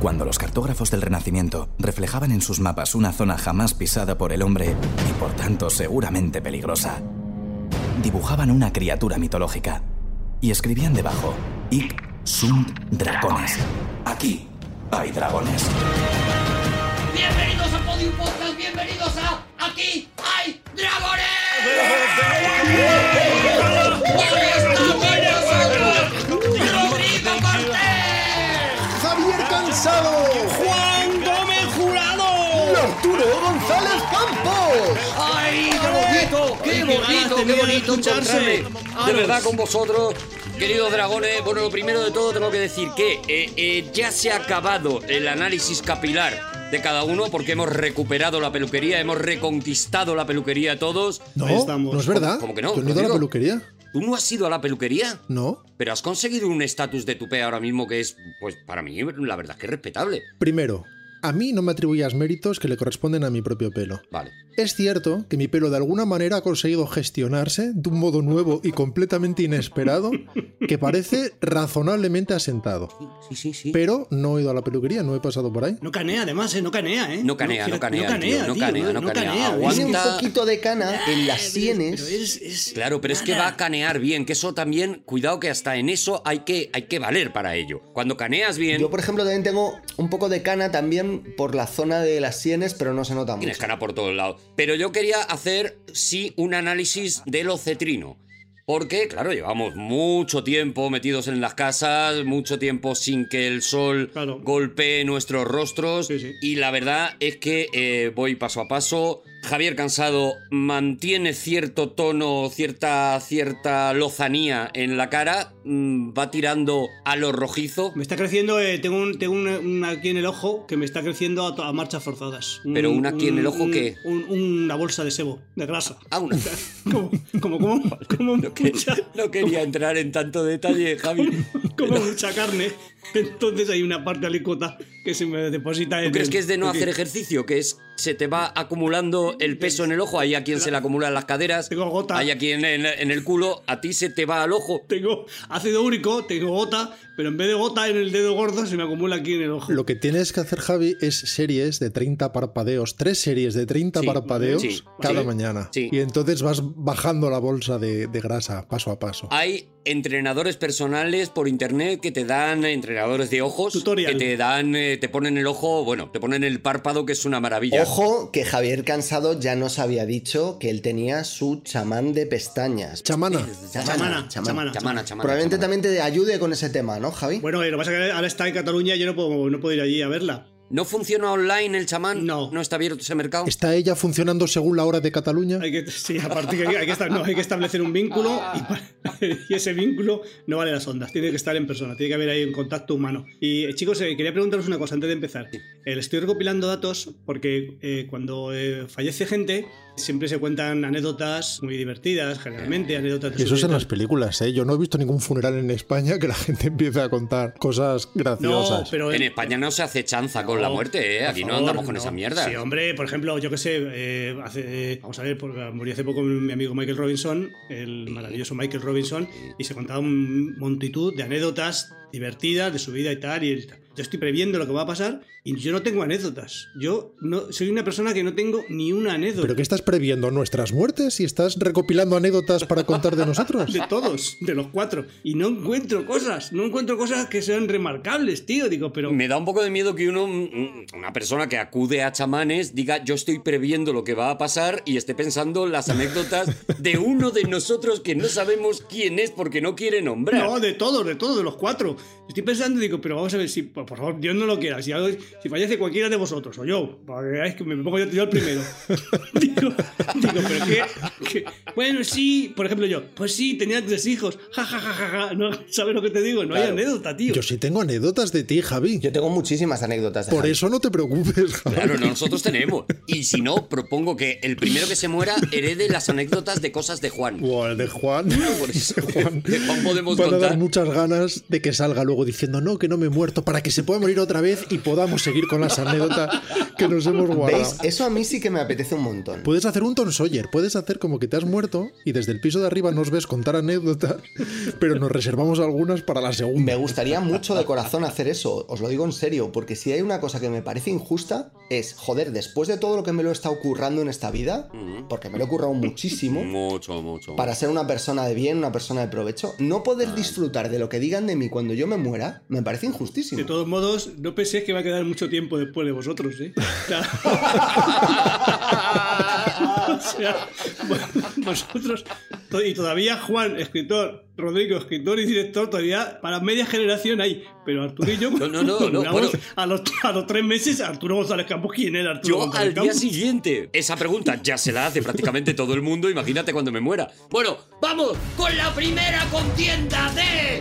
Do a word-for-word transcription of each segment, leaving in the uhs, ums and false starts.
Cuando los cartógrafos del Renacimiento reflejaban en sus mapas una zona jamás pisada por el hombre y por tanto seguramente peligrosa, dibujaban una criatura mitológica y escribían debajo: Hic sunt dragones. Aquí hay dragones. Bienvenidos a Podium Podcast, bienvenidos a Aquí hay dragones. Rodrigo Cortés, Javier Cansado, Juan Gómez Jurado y Arturo González Campos. ¡Ay, qué bonito! ¡Qué Qué bonito, ganas qué tenía de bonito escucharse. encontrarme de verdad con vosotros, queridos dragones! Bueno, lo primero de todo tengo que decir que eh, eh, ya se ha acabado el análisis capilar de cada uno porque hemos recuperado la peluquería, hemos reconquistado la peluquería todos. No, Ahí estamos. no es verdad. ¿Cómo que no? Yo no he ido a la Rodrigo. peluquería. ¿Tú no has ido a la peluquería? No. Pero has conseguido un estatus de tupé ahora mismo que es, pues para mí, la verdad es que es respetable. Primero, a mí no me atribuyas méritos que le corresponden a mi propio pelo. Vale. Es cierto que mi pelo de alguna manera ha conseguido gestionarse de un modo nuevo y completamente inesperado que parece razonablemente asentado. Sí, sí, sí. Pero no he ido a la peluquería, no he pasado por ahí. No canea, además, ¿eh? No canea, ¿eh? No canea, no canea, no canea, tío, no tío, canea, no canea. Aguanta. Tiene un poquito de cana en las sienes. Pero es, es Claro, pero es que va a canear bien, que eso también, cuidado que hasta en eso hay que, hay que valer para ello. Cuando caneas bien, Yo, por ejemplo, también tengo un poco de cana también por la zona de las sienes, pero no se nota mucho. tienes cana por todos lados. Pero yo quería hacer, sí, un análisis del ocetrino. Porque, claro, llevamos mucho tiempo metidos en las casas, mucho tiempo sin que el sol Claro. golpee nuestros rostros. Sí, sí. Y la verdad es que eh, voy paso a paso. Javier Cansado mantiene cierto tono, cierta, cierta lozanía en la cara. mm, Va tirando a lo rojizo. Me está creciendo, eh, tengo, un, tengo una, una aquí en el ojo que me está creciendo a, to- a marchas forzadas. Un- ¿Pero una aquí en el ojo un- qué? un- una bolsa de sebo, de grasa. Ah, una. Como, como, como, como No, que- mucha, no quería entrar en tanto detalle, Javi. como mucha carne. Entonces hay una parte alícuota que se me deposita en ¿Tú crees el- que es de no aquí. hacer ejercicio? Que es se te va acumulando el peso en el ojo. Hay a quien se le acumulan las caderas. Tengo gota. Hay a quien en, en el culo. A ti se te va al ojo. Tengo ácido úrico, tengo gota, pero en vez de gota en el dedo gordo se me acumula aquí en el ojo. Lo que tienes que hacer, Javi, es series de treinta parpadeos, tres series de treinta Sí, parpadeos sí, cada sí, mañana. sí. Y entonces vas bajando la bolsa de, de grasa paso a paso. Hay entrenadores personales por internet que te dan entrenadores de ojos. Tutorial. Que te dan, eh, te ponen el ojo, bueno, te ponen el párpado, que es una maravilla. Ojo, que Javier Cansado ya nos había dicho que él tenía su chamán de pestañas. Chamana. Chamana, chamana. Chamana, chamana. Probablemente chamana. también te ayude con ese tema, ¿no, Javi? Bueno, eh, lo que pasa es que ahora está en Cataluña y yo no puedo, no puedo ir allí a verla. ¿No funciona online el chamán? No. ¿No está abierto ese mercado? ¿Está ella funcionando según la hora de Cataluña? Hay que, sí, aparte que hay, hay que estar- no, hay que establecer un vínculo y, pa- y ese vínculo no vale las ondas, tiene que estar en persona, tiene que haber ahí un contacto humano. Y eh, chicos, eh, quería preguntaros una cosa antes de empezar. Eh, estoy recopilando datos porque eh, cuando eh, fallece gente siempre se cuentan anécdotas muy divertidas, generalmente anécdotas de Eso es su en vida. las películas, ¿eh? Yo no he visto ningún funeral en España que la gente empiece a contar cosas No, graciosas. pero En España no se hace chanza con la muerte, ¿eh? por Aquí no favor, andamos con esa mierda. Sí, hombre, por ejemplo, yo qué sé, eh, hace, eh, vamos a ver, porque murió hace poco mi amigo Michael Robinson, el maravilloso Michael Robinson, y se contaba un multitud de anécdotas divertidas de su vida y tal, y el- yo estoy previendo lo que va a pasar y yo no tengo anécdotas. Yo no soy una persona que no tengo ni una anécdota. ¿Pero qué estás previendo? ¿Nuestras muertes? ¿Y estás recopilando anécdotas para contar de nosotros? De todos, de los cuatro. Y no encuentro cosas, no encuentro cosas que sean remarcables, tío. Digo, pero... Me da un poco de miedo que uno, mm, una persona que acude a chamanes, diga yo estoy previendo lo que va a pasar y esté pensando las anécdotas de uno de nosotros que no sabemos quién es porque no quiere nombrar. No, de todos, de todos, de los cuatro. Estoy pensando y digo, pero vamos a ver, si por favor, Dios no lo quiera. Si, algo- si fallece cualquiera de vosotros, o yo, para que veáis que me pongo yo, yo el primero. digo, digo, pero qué, qué- Bueno, sí, por ejemplo, yo, pues sí, tenía tres hijos. Ja, ja, ja, ja, ja. No, ¿sabes lo que te digo? No hay Claro. anécdota, tío. Yo sí tengo anécdotas de ti, Javi. Yo tengo muchísimas anécdotas de Por Javi. eso no te preocupes, Javi. Claro, no, nosotros tenemos. Y si no, propongo que el primero que se muera herede las anécdotas de cosas de Juan. Buah, el de Juan. Por eso, De Juan. de Juan podemos Van a dar contar. muchas ganas de que salga luego diciendo no, que no me he muerto para que se pueda morir otra vez y podamos seguir con las anécdotas que nos hemos guardado. ¿Veis? Eso a mí sí que me apetece un montón. Puedes hacer un Tom Sawyer, puedes hacer como que te has muerto y desde el piso de arriba nos ves contar anécdotas, pero nos reservamos algunas para la segunda. Me gustaría mucho de corazón hacer eso, os lo digo en serio, porque si hay una cosa que me parece injusta es, joder, después de todo lo que me lo he estado currando en esta vida, porque me lo he currado muchísimo, Mucho, mucho. para ser una persona de bien, una persona de provecho, no poder disfrutar de lo que digan de mí cuando yo me muera, me parece injustísimo. De todos modos, no penséis que va a quedar mucho tiempo después de vosotros, ¿eh? O sea, o sea, vosotros... Y todavía Juan, escritor, Rodrigo, escritor y director, todavía para media generación hay. Pero Arturo y yo... No, no, no, no, bueno. a, los, a los tres meses, Arturo González Campos, ¿quién era Arturo Yo González al día Campos? siguiente, esa pregunta ya se la hace prácticamente todo el mundo, imagínate cuando me muera. Bueno, vamos con la primera contienda de...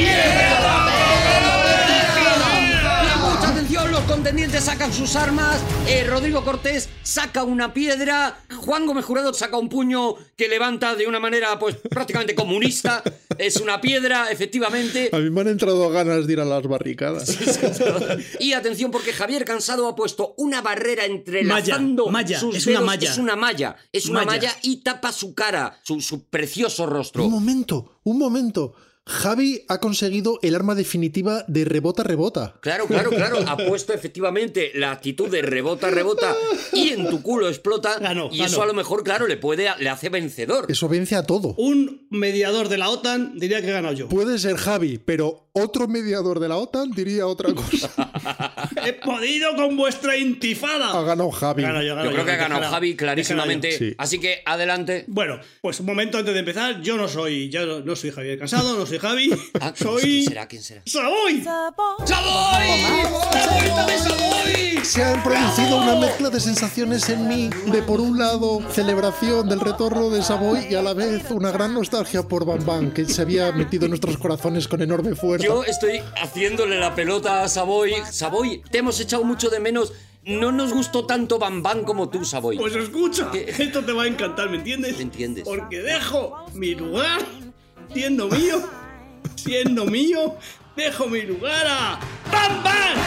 Mucha atención, los contendientes sacan sus armas, eh, Rodrigo Cortés saca una piedra, Juan Gómez Jurado saca un puño que levanta de una manera pues prácticamente comunista, es una piedra, efectivamente. A mí me han entrado ganas de ir a las barricadas. Y atención porque Javier Cansado ha puesto una barrera entrelazando Malla, malla, sus es dedos, una malla. es una malla, es una Malla. malla y tapa su cara, su, su precioso rostro. Un momento, un momento. Javi ha conseguido el arma definitiva de rebota, rebota. Claro, claro, claro. Ha puesto efectivamente la actitud de rebota, rebota y en tu culo explota. Ganó, y ganó. eso a lo mejor, claro, le puede, le hace vencedor. Eso vence a todo. Un mediador de la OTAN diría que he ganado yo. Puede ser Javi, pero otro mediador de la OTAN diría otra cosa. ¡He podido con vuestra intifada! Ha ganado Javi. Gano yo, gano Yo creo que ha he ganado Javi clarísimamente. Sí. Así que adelante. Bueno, pues un momento antes de empezar, yo no soy, yo no, no soy Javier Cansado, no soy Javi, Ah, soy ¿Quién será? ¿Quién será? Savoy. ¡Savoy! ¡La vuelta de Savoy! Se han producido una mezcla de sensaciones en mí, de por un lado celebración del retorno de Savoy y a la vez una gran nostalgia por Bam Bam, que se había metido en nuestros corazones con enorme fuerza. Yo estoy haciéndole la pelota a Savoy. Savoy, te hemos echado mucho de menos. No nos gustó tanto Bam Bam como tú, Savoy. Pues escucha, ¿Qué? esto te va a encantar, ¿me entiendes? ¿Me entiendes? Porque dejo mi lugar, siendo mío, siendo mío, dejo mi lugar a Bam Bam.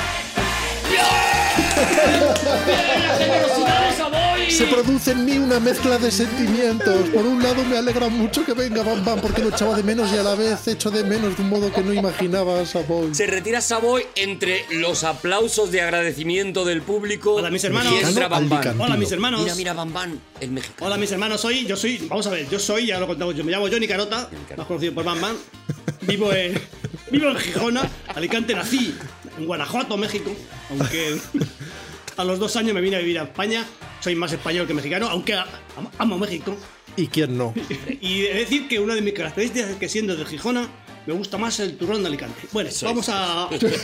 ¡La generosidad de Savoy! Se produce en mí una mezcla de sentimientos. Por un lado me alegra mucho que venga Bam Bam porque lo echaba de menos y a la vez echo de menos de un modo que no imaginaba a Savoy. Se retira Savoy entre los aplausos de agradecimiento del público. Hola, mis hermanos. Y entra Bam Bam. Alicantino. Hola, mis hermanos. Mira, mira, Bam Bam, el mexicano. Hola, mis hermanos, soy, yo soy, vamos a ver, yo soy, ya lo contamos, yo me llamo Johnny Carota, más conocido por Bam Bam. Vivo en, vivo en Gijona, Alicante, nací en Guanajuato, México, aunque a los dos años me vine a vivir a España. Soy más español que mexicano, aunque a- amo México. ¿Y quién no? Y he de decir que una de mis características es que siendo de Gijona, me gusta más el turrón de Alicante. Bueno, Eso vamos a...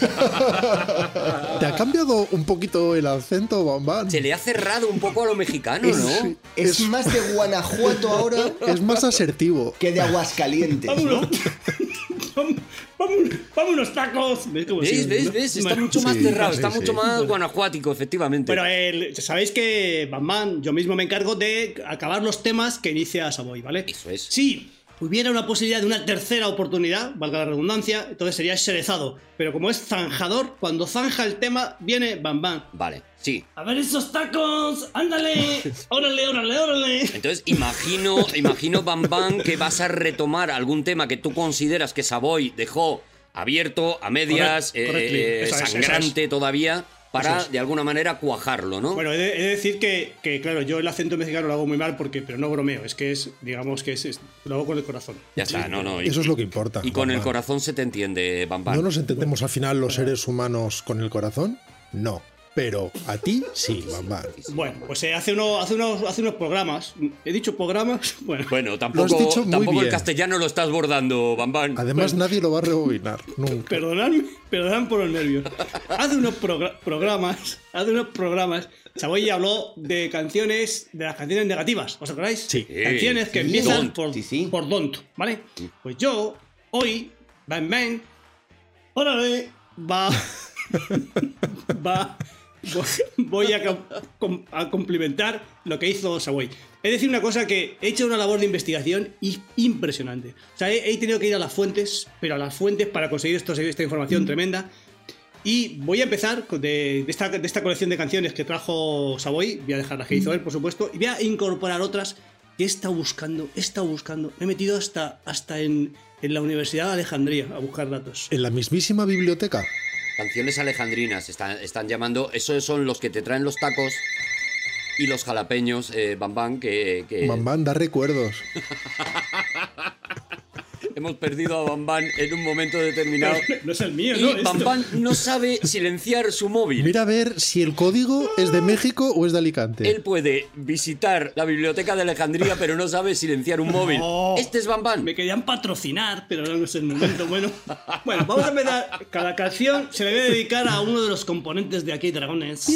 ¿Te ha cambiado un poquito el acento, Bam Bam? Se le ha cerrado un poco a lo mexicano, Es, ¿no? es más de Guanajuato ahora Es más asertivo. que de Aguascalientes, Vámonos. ¿no? Vamos- vámonos, vámonos tacos. ¿Ves cómo ¿Ves, sigo, ves, no? ves? Está Bueno. mucho más Sí, cerrado, sí, está sí. mucho más guanajuático, efectivamente. Bueno, eh, sabéis que Bam Bam, yo mismo me encargo de acabar los temas que inicia Savoy, ¿vale? Eso es. Si hubiera una posibilidad de una tercera oportunidad, valga la redundancia, entonces sería Sherezado. Pero como es zanjador, cuando zanja el tema, viene Bam Bam. Vale, sí. A ver esos tacos, ándale, órale, órale, órale. Entonces, imagino, imagino, Bam Bam, que vas a retomar algún tema que tú consideras que Savoy dejó abierto, a medias, Correcto, correcto. eh, Eso es, eso sangrante todavía, para, Eso es. de alguna manera, cuajarlo, ¿no? Bueno, he de, he de decir que, que, claro, yo el acento mexicano lo hago muy mal, porque, pero no bromeo, es que es, digamos que es, es- lo hago con el corazón. ya está, no, no. y- Eso es lo que importa. Y con Bam el Bam. corazón se te entiende, Bam Bam. ¿No nos entendemos al final los seres humanos con el corazón? No. Pero a ti sí, Bam Bam. Bueno, pues eh, hace, uno, hace, unos, hace unos programas, ¿he dicho programas? Bueno, Bueno, tampoco, dicho muy tampoco el bien. castellano lo estás bordando, Bam Bam. Además, nadie lo va a rebobinar. Nunca. perdonadme, perdonadme por los nervios. Hace unos progra- programas, hace unos programas, Savoy habló de canciones, de las canciones negativas, ¿os acordáis? Sí. Canciones que Sí, empiezan Don't. por, Sí, sí. por Don't, ¿vale? Pues yo, hoy, Bam Bam, órale, va, va, voy a, com- com- a complimentar lo que hizo Savoy. Es decir, una cosa que he hecho una labor de investigación i- impresionante. O sea, he, he tenido que ir a las fuentes, pero a las fuentes para conseguir estos- esta información tremenda. Y voy a empezar de, de, esta, de esta colección de canciones que trajo Savoy. Voy a dejar las que hizo él, por supuesto. Y voy a incorporar otras que he estado buscando, he estado buscando. Me he metido hasta, hasta en, en la Universidad de Alejandría a buscar datos. En la mismísima biblioteca. Canciones alejandrinas, están, están llamando. Esos son los que te traen los tacos y los jalapeños, eh, Bam Bam, que, que... Bam Bam da recuerdos. Hemos perdido a Bam Bam en un momento determinado. No, no es el mío, y ¿no? Bam Bam no sabe silenciar su móvil. Mira a ver si el código es de México o es de Alicante. Él puede visitar la biblioteca de Alejandría, pero no sabe silenciar un móvil. No. Este es Bam Bam. Me querían patrocinar, pero no es el momento. Bueno, bueno, vamos a empezar. Cada canción se le voy a dedicar a uno de los componentes de Aquí hay Dragones.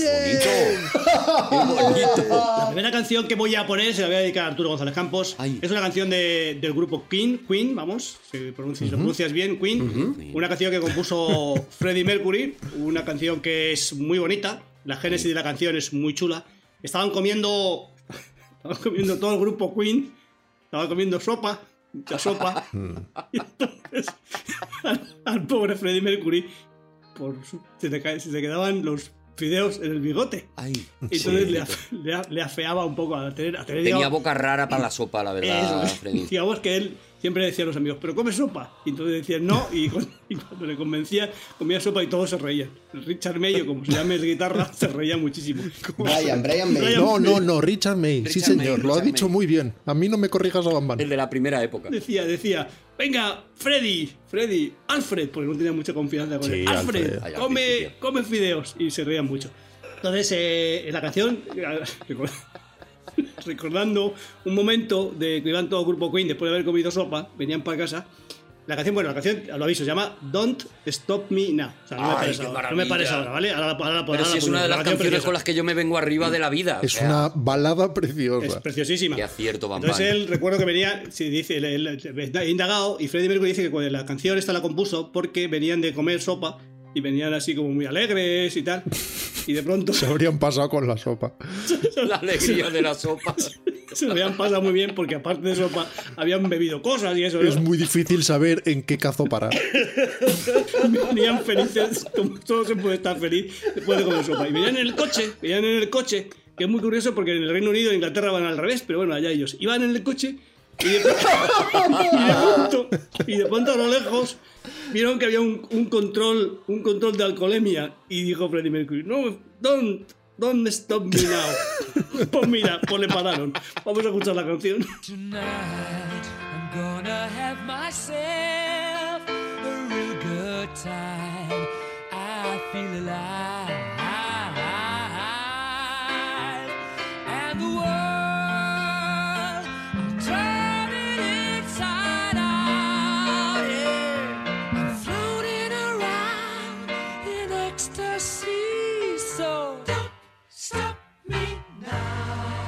Bonito. Qué bonito. La primera canción que voy a poner se la voy a dedicar a Arturo González Campos. Ay. Es una canción de, del grupo Queen, Queen, vamos, se pronuncia, si lo pronuncias bien, Queen. Uh-huh. Una canción que compuso Freddie Mercury, una canción que es muy bonita. La génesis de la canción es muy chula. Estaban comiendo, estaban comiendo todo el grupo Queen, estaban comiendo sopa, mucha sopa. Y entonces, al, al pobre Freddie Mercury, por su- se, le, ca- se le quedaban los fideos en el bigote. Ay, Y entonces sí. le, af- le, a- le afeaba un poco a tener, a tener Tenía digamos, boca rara para la sopa, la verdad, eso, Freddy. digamos que él siempre decía a los amigos, pero come sopa. Y entonces decían no, y, cu- y cuando le convencía, comía sopa y todos se reían. El Richard Mayo, como se llama en guitarra, se reía muchísimo. Como- Brian, Brian May. Brian No, no, no, Richard May. sí, Richard señor, May, lo ha Richard dicho May. muy bien. A mí no me corrijas a Bam Bam. El de la primera época. Decía, decía, venga, Freddy, Freddy, Alfred, porque no tenía mucha confianza con Sí, él. Alfred, Alfred. Ay, al come, principio. come fideos. Y se reían mucho. Entonces, eh, en la canción, record- recordando un momento de que iban todo el grupo Queen después de haber comido sopa, venían para casa. La canción, bueno, la canción, lo aviso, se llama Don't Stop Me Now. O sea, no me Ay, pares qué ahora, no maravilla. me pares ahora, ¿vale? Ahora, ahora, ahora, Pero ahora si la es una ponemos, de la las canción canciones preciosa. con las que yo me vengo arriba de la vida. o Es sea, una balada Es preciosa. preciosísima. Qué acierto, Bam Entonces Bam. él, recuerdo que venía, sí, dice, él- él- he indagado, y Freddie Mercury dice que cuando la canción esta la compuso porque venían de comer sopa y venían así como muy alegres y tal. Y de pronto Se habrían pasado con la sopa. La alegría de la sopa. se lo habían pasado muy bien porque aparte de sopa habían bebido cosas y eso, ¿no? Es muy difícil saber en qué cazo parar. Venían felices, como todo se puede estar feliz después de comer sopa. Y venían en el coche, venían en el coche, que es muy curioso porque en el Reino Unido e Inglaterra van al revés, pero bueno, allá ellos. Iban en el coche y de, y de pronto, y de pronto a lo lejos vieron que había un, un control, un control de alcoholemia y dijo Freddie Mercury, no, don't, don't stop me now. Pues mira, pues le pararon. Vamos a escuchar la canción. Tonight I'm gonna have myself a real good time. I feel alive, and the world I'm turning inside out. Yeah, I'm floating around in ecstasy. So don't stop me now.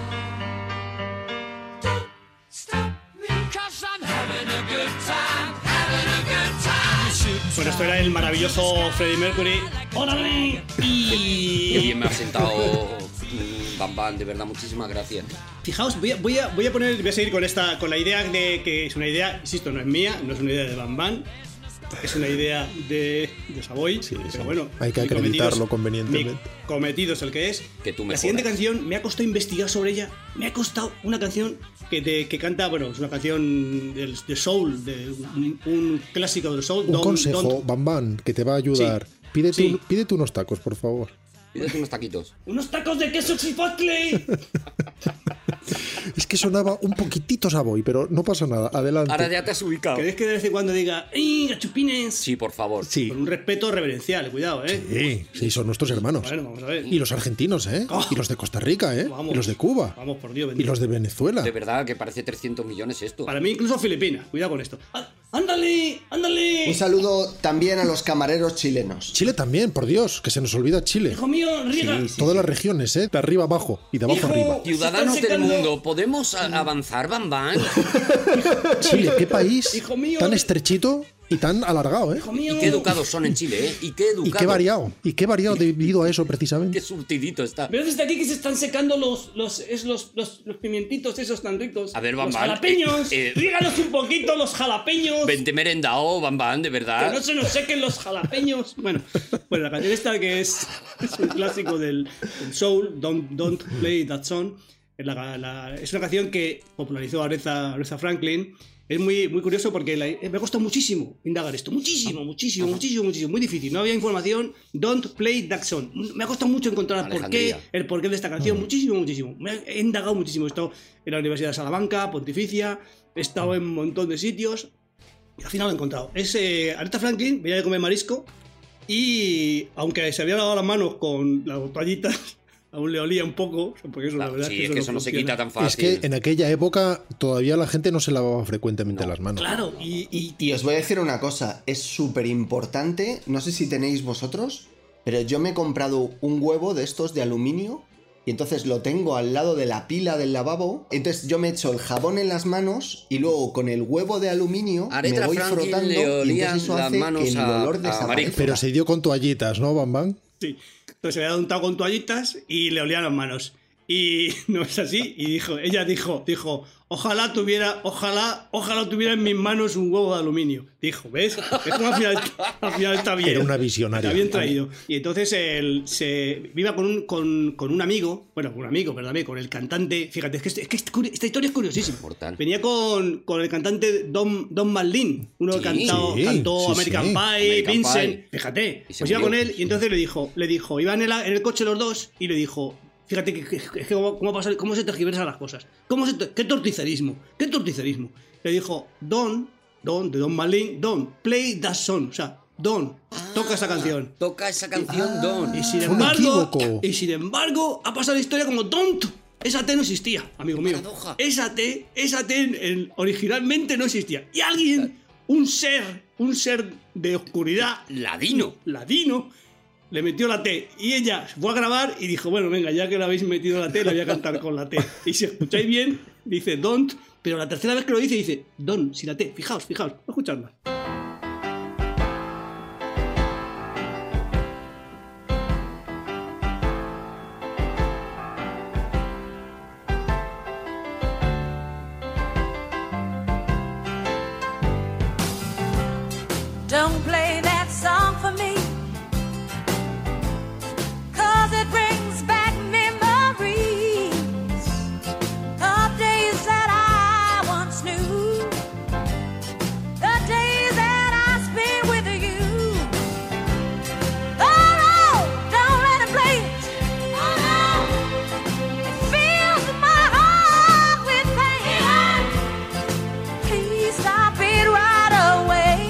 Don't stop me, 'cause I'm having a good time, having a good time. Bueno, esto era el maravilloso Freddie Mercury. ¡Órale! Qué Y bien me ha sentado mm, Bam Bam, de verdad, muchísimas gracias. fijaos, voy a, voy a, voy a poner, voy a seguir con esta, con la idea de que es una idea, insisto, no es mía, no es una idea de Bam Bam, es una idea de, de Savoy. pero sí. bueno, Hay que mi cometido acreditarlo es- convenientemente. Mi cometido es el que es. Que tú me la siguiente jodas. canción me ha costado investigar sobre ella. Me ha costado una canción que, te- que canta, bueno, es una canción del- de soul, de un, un clásico del soul. Un Don't- consejo, don't- Bam Bam, que te va a ayudar. Sí, Pídete, sí. un- pídete unos tacos, por favor. Pídete unos taquitos. ¡Unos tacos de queso chipotle! Es que sonaba un poquitito Savoy, pero no pasa nada. Adelante. Ahora ya te has ubicado. ¿Queréis que de vez en cuando diga ¡Ey, gachupines! Sí, por favor. Sí. Con un respeto reverencial, cuidado, ¿eh? Sí, sí, son nuestros hermanos. Bueno, vamos a ver. Y los argentinos, ¿eh? Oh. Y los de Costa Rica, ¿eh? Vamos. Y los de Cuba. Vamos, por Dios Y bendito. los de Venezuela. De verdad que parece trescientos millones esto. Para mí incluso Filipinas. Cuidado con esto. Ah, ¡Ándale! ¡Ándale! Un saludo también a los camareros chilenos. Chile también, por Dios, que se nos olvida Chile. ¡Hijo mío, riega! Sí, sí. Todas las regiones, ¿eh? De arriba abajo y de abajo Hijo. arriba. Ciudadanos Se están del secando. mundo, ¿podemos a- avanzar, Bam Bam? Chile, qué país Hijo mío. tan estrechito Y tan alargado, ¿eh? Hijo mío. Y qué educados son en Chile, ¿eh? Y qué educados. Y qué variado. Y qué variado debido a eso, precisamente. Qué surtidito está. Veo desde aquí que se están secando los, los, es los, los, los pimientitos esos tan ricos. A ver, Los Bambán, jalapeños. eh, eh, Díganos un poquito los jalapeños. Vente merendao, Bambán, de Que verdad. no se nos sequen los jalapeños. Bueno, pues la canción esta que es, es un clásico del, del soul, Don't, Don't Play That Song. Es, la, la- es una canción que popularizó Aretha, Aretha Franklin. Es muy, muy curioso porque la- me ha costado muchísimo indagar esto. Muchísimo, muchísimo, muchísimo, muchísimo. Muy difícil. No había información. Don't Play That Song. Me ha costado mucho encontrar el porqué, Alejandría. el porqué de esta canción. Muchísimo, muchísimo. Me he indagado muchísimo. He estado en la Universidad de Salamanca, Pontificia. He estado en un montón de sitios. Y al final lo he encontrado. Es eh, Aretha Franklin, venía de comer marisco. Y aunque se había lavado las manos con las toallitas, aún le olía un poco. Porque eso, la Claro, verdad sí, es que es eso que no eso no se funciona. quita tan Es fácil. que en aquella época todavía la gente no se lavaba frecuentemente las manos. Claro, y, y Y os voy a decir una cosa, es súper importante, no sé si tenéis vosotros, pero yo me he comprado un huevo de estos de aluminio y entonces lo tengo al lado de la pila del lavabo, entonces yo me echo el jabón en las manos y luego con el huevo de aluminio Aretha me voy Franklin frotando le y olían entonces eso las hace manos que el a- olor a desaparezca. marisco. Pero se dio con toallitas, ¿no, Bambán? sí. Entonces se había untado con toallitas y le olían las manos. Y no es así. Y dijo, ella dijo, dijo, ojalá tuviera, ojalá, ojalá tuviera en mis manos un huevo de aluminio. Dijo, ¿ves? Esto al final, al final está bien. Era una visionaria. Está bien traído. Y entonces él se iba con un, con, con un amigo, bueno, con un amigo, perdóname, con el cantante. Fíjate, es que, este- es que este curi- esta historia es curiosísima. Mortal. Venía con, con el cantante Don, Don McLean, uno que Sí, cantado, sí, cantó sí, American sí. Pie, American Vincent. Pie. Fíjate, Y se pues iba murió. con él y entonces le dijo, le dijo, iban en, la- en el coche los dos y le dijo, fíjate que, que- que- que cómo, cómo pasa- cómo se tergiversan las cosas. ¿Cómo se, qué torticerismo, qué torticerismo. Le dijo, Don, Don, de Don Marlene, Don, play that song. O sea, Don, toca esa canción. Toca esa canción, Don. Y sin Fue un embargo, equívoco. y sin embargo, ha pasado la historia como Don't. Esa T no existía, amigo mío. paradoja. Esa T, esa T en- en- originalmente no existía. Y alguien, un ser, un ser de oscuridad, Ladino. ladino, le metió la T. Y ella fue a grabar y dijo, bueno, venga, ya que le habéis metido la T, la voy a cantar con la T. Y si escucháis bien, dice Don't, pero la tercera vez que lo dice, dice Don, sin la T. Fijaos, fijaos, escuchadla. Don't play that song for me, 'cause it brings back memories of days that I once knew, the days that I spent with you. Oh no, don't let it play it. Oh no, it fills my heart with pain. Please stop it right away.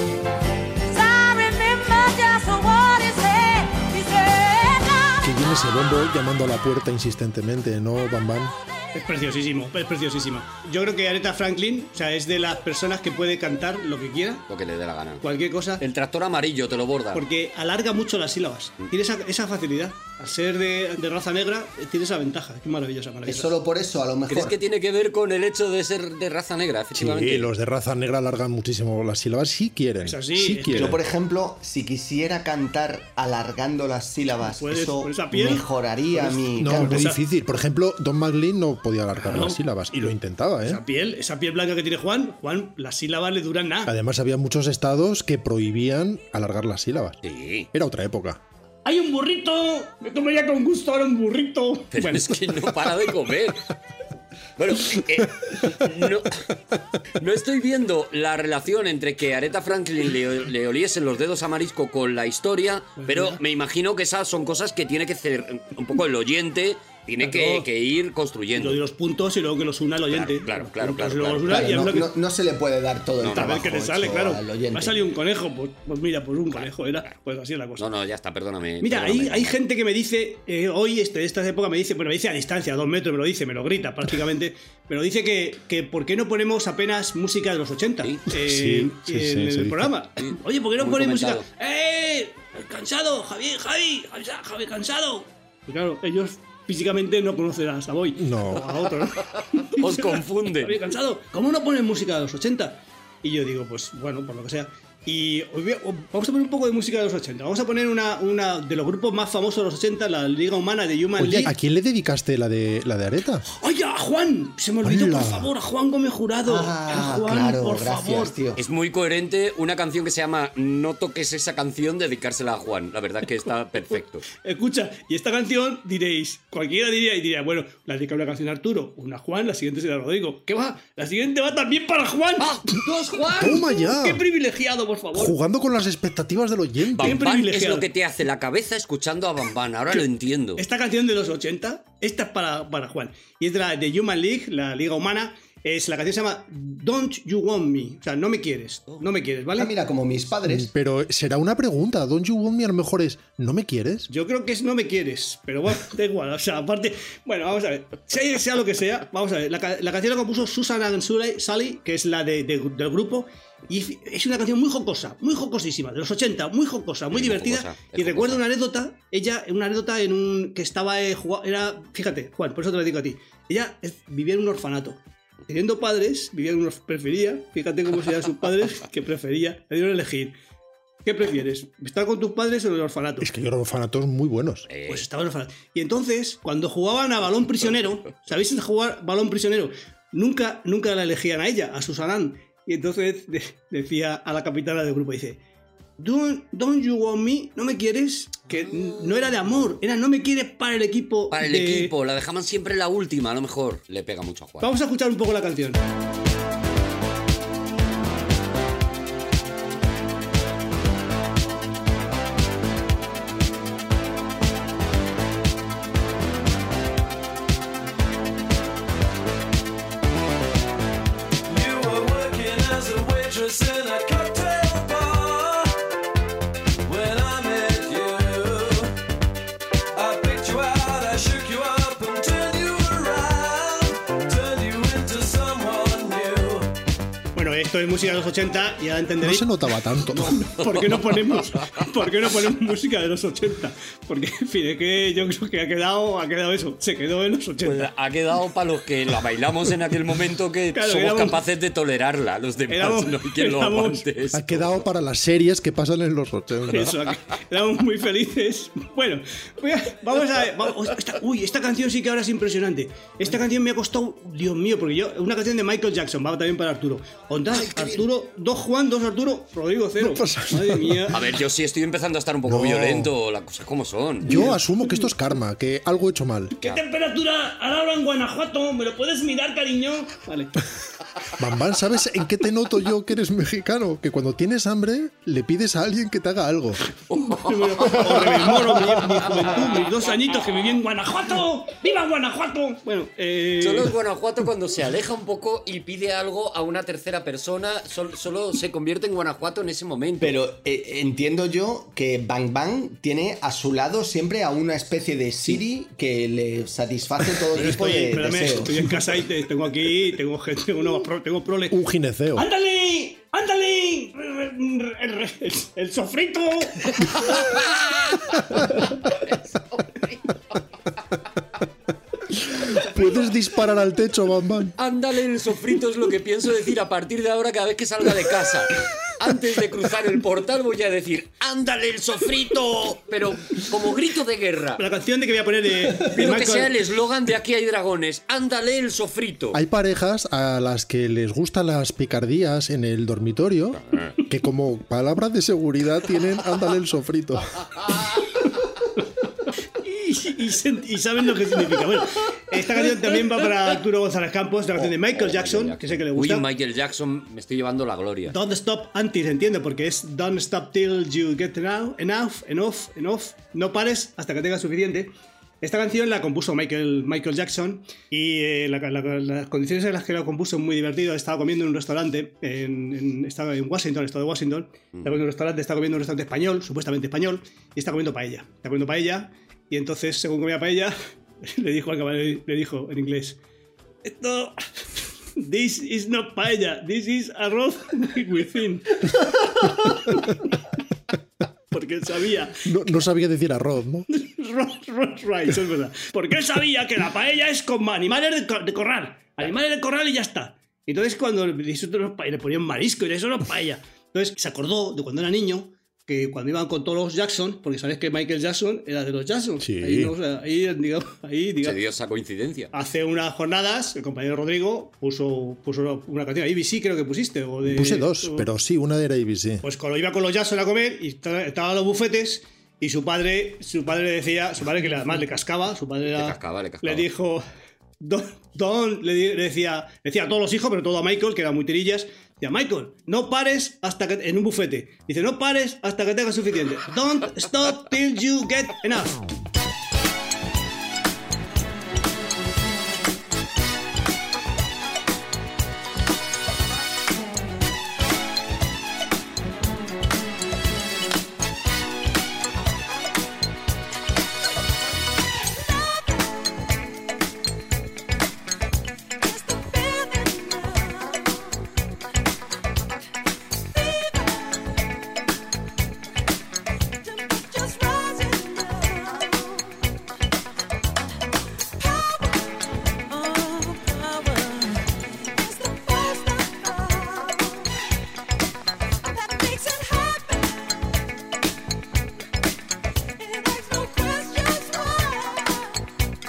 Que viene ese bombo llamando a la puerta insistentemente, ¿no, Bambán? Es preciosísimo, es preciosísimo. Yo creo que Aretha Franklin, o sea, es de las personas que puede cantar lo que quiera, Lo que le dé la gana. cualquier cosa, El tractor amarillo te lo borda. porque alarga mucho las sílabas. Tiene esa, esa facilidad. Al ser de, de raza negra, eh, tiene esa ventaja. Qué maravillosa, Es maravillosa. solo por eso, a lo mejor. ¿Crees que tiene que ver con el hecho de ser de raza negra, efectivamente? Sí, los de raza negra alargan muchísimo las sílabas. Sí quieren. Es así, sí es que quieren. Yo, por ejemplo, si quisiera cantar alargando las sílabas, Puedes, eso por esa piel, mejoraría por mi No, canto. muy esa- difícil. Por ejemplo, Don McLean no podía alargar No. las sílabas. Y lo intentaba, ¿eh? Esa piel, esa piel blanca que tiene Juan, Juan, las sílabas le duran nada. Además, había muchos estados que prohibían alargar las sílabas. Sí. Era otra época. ¡Hay un burrito! Me comería con gusto ahora un burrito. Pero Bueno, es que no para de comer. Bueno, eh, no, no estoy viendo la relación entre que Aretha Franklin le, le oliesen los dedos a marisco con la historia, pero me imagino que esas son cosas que tiene que hacer un poco el oyente, tiene que, Claro. que ir lo construyendo. de los puntos y luego que los una el oyente. Claro, Los claro, puntos claro, y luego claro, los una Claro, y no, habla que- no- no se le puede dar todo el No, no, a ver trabajo qué le sale, hecho claro. al Me oyente. ha salido un conejo, pues, pues mira, pues un conejo era. Pues así es la cosa. No, no, ya está, perdóname. Mira, hay, perdóname. hay gente que me dice, eh, hoy, este, de esta época, me dice, bueno, me dice a distancia, a dos metros, me lo dice, me lo grita prácticamente, pero dice que, que ¿por qué no ponemos apenas música de los ochenta Sí. eh, Sí, sí, en sí, se el dice. programa? Sí. Oye, ¿por qué no Muy ponéis música? comentado. ¡Eh! ¡Cansado! ¡Javi, Javi! ¡Javi, Javi, cansado! Y claro, ellos físicamente no conocen a Savoy. No. O a otro, ¿no? Os confunde. Javi, cansado. ¿Cómo no ponen música de los ochenta? Y yo digo, pues bueno, por lo que sea. Y hoy voy a- vamos a poner un poco de música de los ochenta. Vamos a poner una, una de los grupos más famosos de los ochenta, la Liga Humana de Human Oye, League. ¿a quién le dedicaste la de la de Areta? ¡Oye, a Juan! Se me olvidó, ¡Hala! por favor, a Juan Gómez Jurado. Ah, a Juan, claro, por gracias, favor. tío. Es muy coherente una canción que se llama No toques esa canción, dedicársela a Juan. La verdad que está perfecto. Escucha, y esta canción diréis, cualquiera diría y diría, bueno, la dedica una canción a Arturo, una a Juan, la siguiente será a Rodrigo. ¿Qué va? La siguiente va también para Juan. ¡Ah! ¡Dos Juan! ¡Toma ya! ¡Qué privilegiado, por favor! Jugando con las expectativas del oyente. Bam Qué Bam es privilegiado. lo que te hace la cabeza escuchando a Bam Bam. Ahora lo entiendo. Esta canción de los ochenta, esta es para, para Juan. Y es de, la, de Human League, la Liga Humana. Es, la canción se llama Don't You Want Me. O sea, no me quieres. No me quieres, ¿vale? Ah, mira, como mis padres. Pero será una pregunta. Don't you want me? A lo mejor es ¿no me quieres? Yo creo que es no me quieres, pero bueno, da igual. O sea, aparte, bueno, vamos a ver. Sea, sea lo que sea, vamos a ver. La, ca- la canción la compuso Susan and Sully, Sally, que es la de, de- del grupo. Y es una canción muy jocosa, muy jocosísima, de los ochenta, muy jocosa, muy Es muy divertida. jocosa, es Y recuerdo jocosa. una anécdota, ella, una anécdota en un. Que estaba eh, jugando. Era. Fíjate, Juan, por eso te lo digo a ti. Ella es- vivía en un orfanato. Teniendo padres, vivía en un orf- prefería, fíjate cómo serían sus padres, que prefería, le dieron a elegir. ¿Qué prefieres? ¿Estar con tus padres o en el orfanato? Es que yo los orfanatos muy buenos. Eh, Pues estaba en el orfanato. Y entonces, cuando jugaban a balón prisionero, ¿sabéis de jugar balón prisionero? Nunca, nunca la elegían a ella, a Susanán. Y entonces de- decía a la capitana del grupo, dice, don't, don't you want me? ¿No me quieres? Que n- no era de amor, era no me quieres para el equipo. para el de- equipo, la dejaban siempre la última. A lo mejor le pega mucho a Juan. Vamos a escuchar un poco la canción. You were working as a waitress in a cocktail bar when I met you. I picked you out, I shook you up and turned you around, turned you into someone new. Bueno, esto es música de los ochenta, ya No entenderéis. se notaba tanto. ¿Por qué no ponemos, ¿por qué no ponemos música de los ochenta? Porque, en fin, es que yo creo que ha quedado, ha quedado eso, se quedó en los Pues ochenta. ha quedado para los que la bailamos en aquel momento que Claro, somos éramos- capaces de tolerarla. Los demás éramos- no hay quien lo éramos- aguante. eso. Ha quedado para las series que pasan en los ochenta. Eso, éramos muy felices. Bueno, voy a- vamos a ver. vamos- esta- uy, esta canción sí que ahora es impresionante. Esta canción me ha costado, Dios mío, porque yo, una canción de Michael Jackson, va también para Arturo. Onda, Arturo, dos Juan, dos Arturo, Rodrigo cero. Madre mía. A ver, yo sí estoy empezando a estar un poco No. violento, las cosas como son. Yo asumo que esto es karma, que algo he hecho mal. ¿Qué temperatura hará ahora en Guanajuato? ¿Me lo puedes mirar, cariño? Vale. Bambán, ¿sabes en qué te noto yo que eres mexicano? Que cuando tienes hambre le pides a alguien que te haga algo. Bueno, o rememoro mi, mi juventud, mis dos añitos que viví en Guanajuato. ¡Viva Guanajuato! Bueno, eh... Solo es Guanajuato cuando se aleja un poco y pide algo a una tercera persona, sol- solo se convierte en Guanajuato en ese momento. Pero eh, entiendo yo que Bang Bang tiene a su lado siempre a una especie de Siri que le satisface todo Pero tipo estoy, de espérame, deseos. estoy en casa y te- tengo aquí, tengo gente, tengo, una, pro- tengo prole. Un gineceo. ¡Ándale! ¡Ándale! El, el- el sofrito. Puedes disparar al techo, Bambán. Ándale, el sofrito es lo que pienso decir a partir de ahora cada vez que salga de casa. Antes de cruzar el portal voy a decir ¡ándale, el sofrito! Pero como grito de guerra. La canción de que voy a poner de, de Quiero que Michael- sea el eslogan de Aquí hay dragones. ¡Ándale, el sofrito! Hay parejas a las que les gustan las picardías en el dormitorio, que como palabra de seguridad tienen ándale el sofrito. y, y sen- y saben lo que significa. Bueno, esta canción también va para Arturo González Campos, la canción de Michael Jackson, que sé que le gusta. Uy, Michael Jackson, me estoy llevando la gloria. Don't stop until, entiendo, porque es don't stop till you get enough, enough, enough, enough. No pares hasta que tengas suficiente. Esta canción la compuso Michael, Michael Jackson y eh, la- la- las condiciones en las que la compuso son muy divertidas. Estaba comiendo en un restaurante, en, en- estaba en Washington, estado de Washington. Estaba comiendo en un restaurante, estaba comiendo en un restaurante español, supuestamente español, y está comiendo paella. Está comiendo paella y entonces, según comía paella, le dijo al camarero, le dijo en inglés, esto... This is not paella, this is arroz within. Porque él sabía, No, no sabía decir arroz, ¿no? Ross, Ross Rice, es verdad. Porque él sabía que la paella es con animales de, co- de corral. Animales de corral y ya está. Entonces cuando le, hizo otros pa- le ponían marisco y eso no es paella. Entonces se acordó de cuando era niño, que cuando iban con todos los Jackson, porque sabes que Michael Jackson era de los Jackson. Sí. Ahí, ¿no? O sea, ahí, digamos, ahí, Se digamos, dio esa coincidencia. hace unas jornadas, el compañero Rodrigo puso, puso una canción, A B C creo que pusiste. O de, Puse dos, o- pero sí, una era A B C. Pues cuando iba con los Jackson a comer y esta- estaban los bufetes y su padre, su padre le decía, su padre que además le cascaba, su padre era- Le cascaba, le cascaba. le dijo, Don, Don le, di- le decía, decía a todos los hijos, pero todo a Michael, que era muy tirillas, decía, Michael, no pares hasta que, en un bufete, dice, no pares hasta que tengas suficiente. Don't stop till you get enough. It's the feeling now. Fever. Temperature's rising now. Power, oh power. It's the force that calls, that makes it happen. It makes no questions why.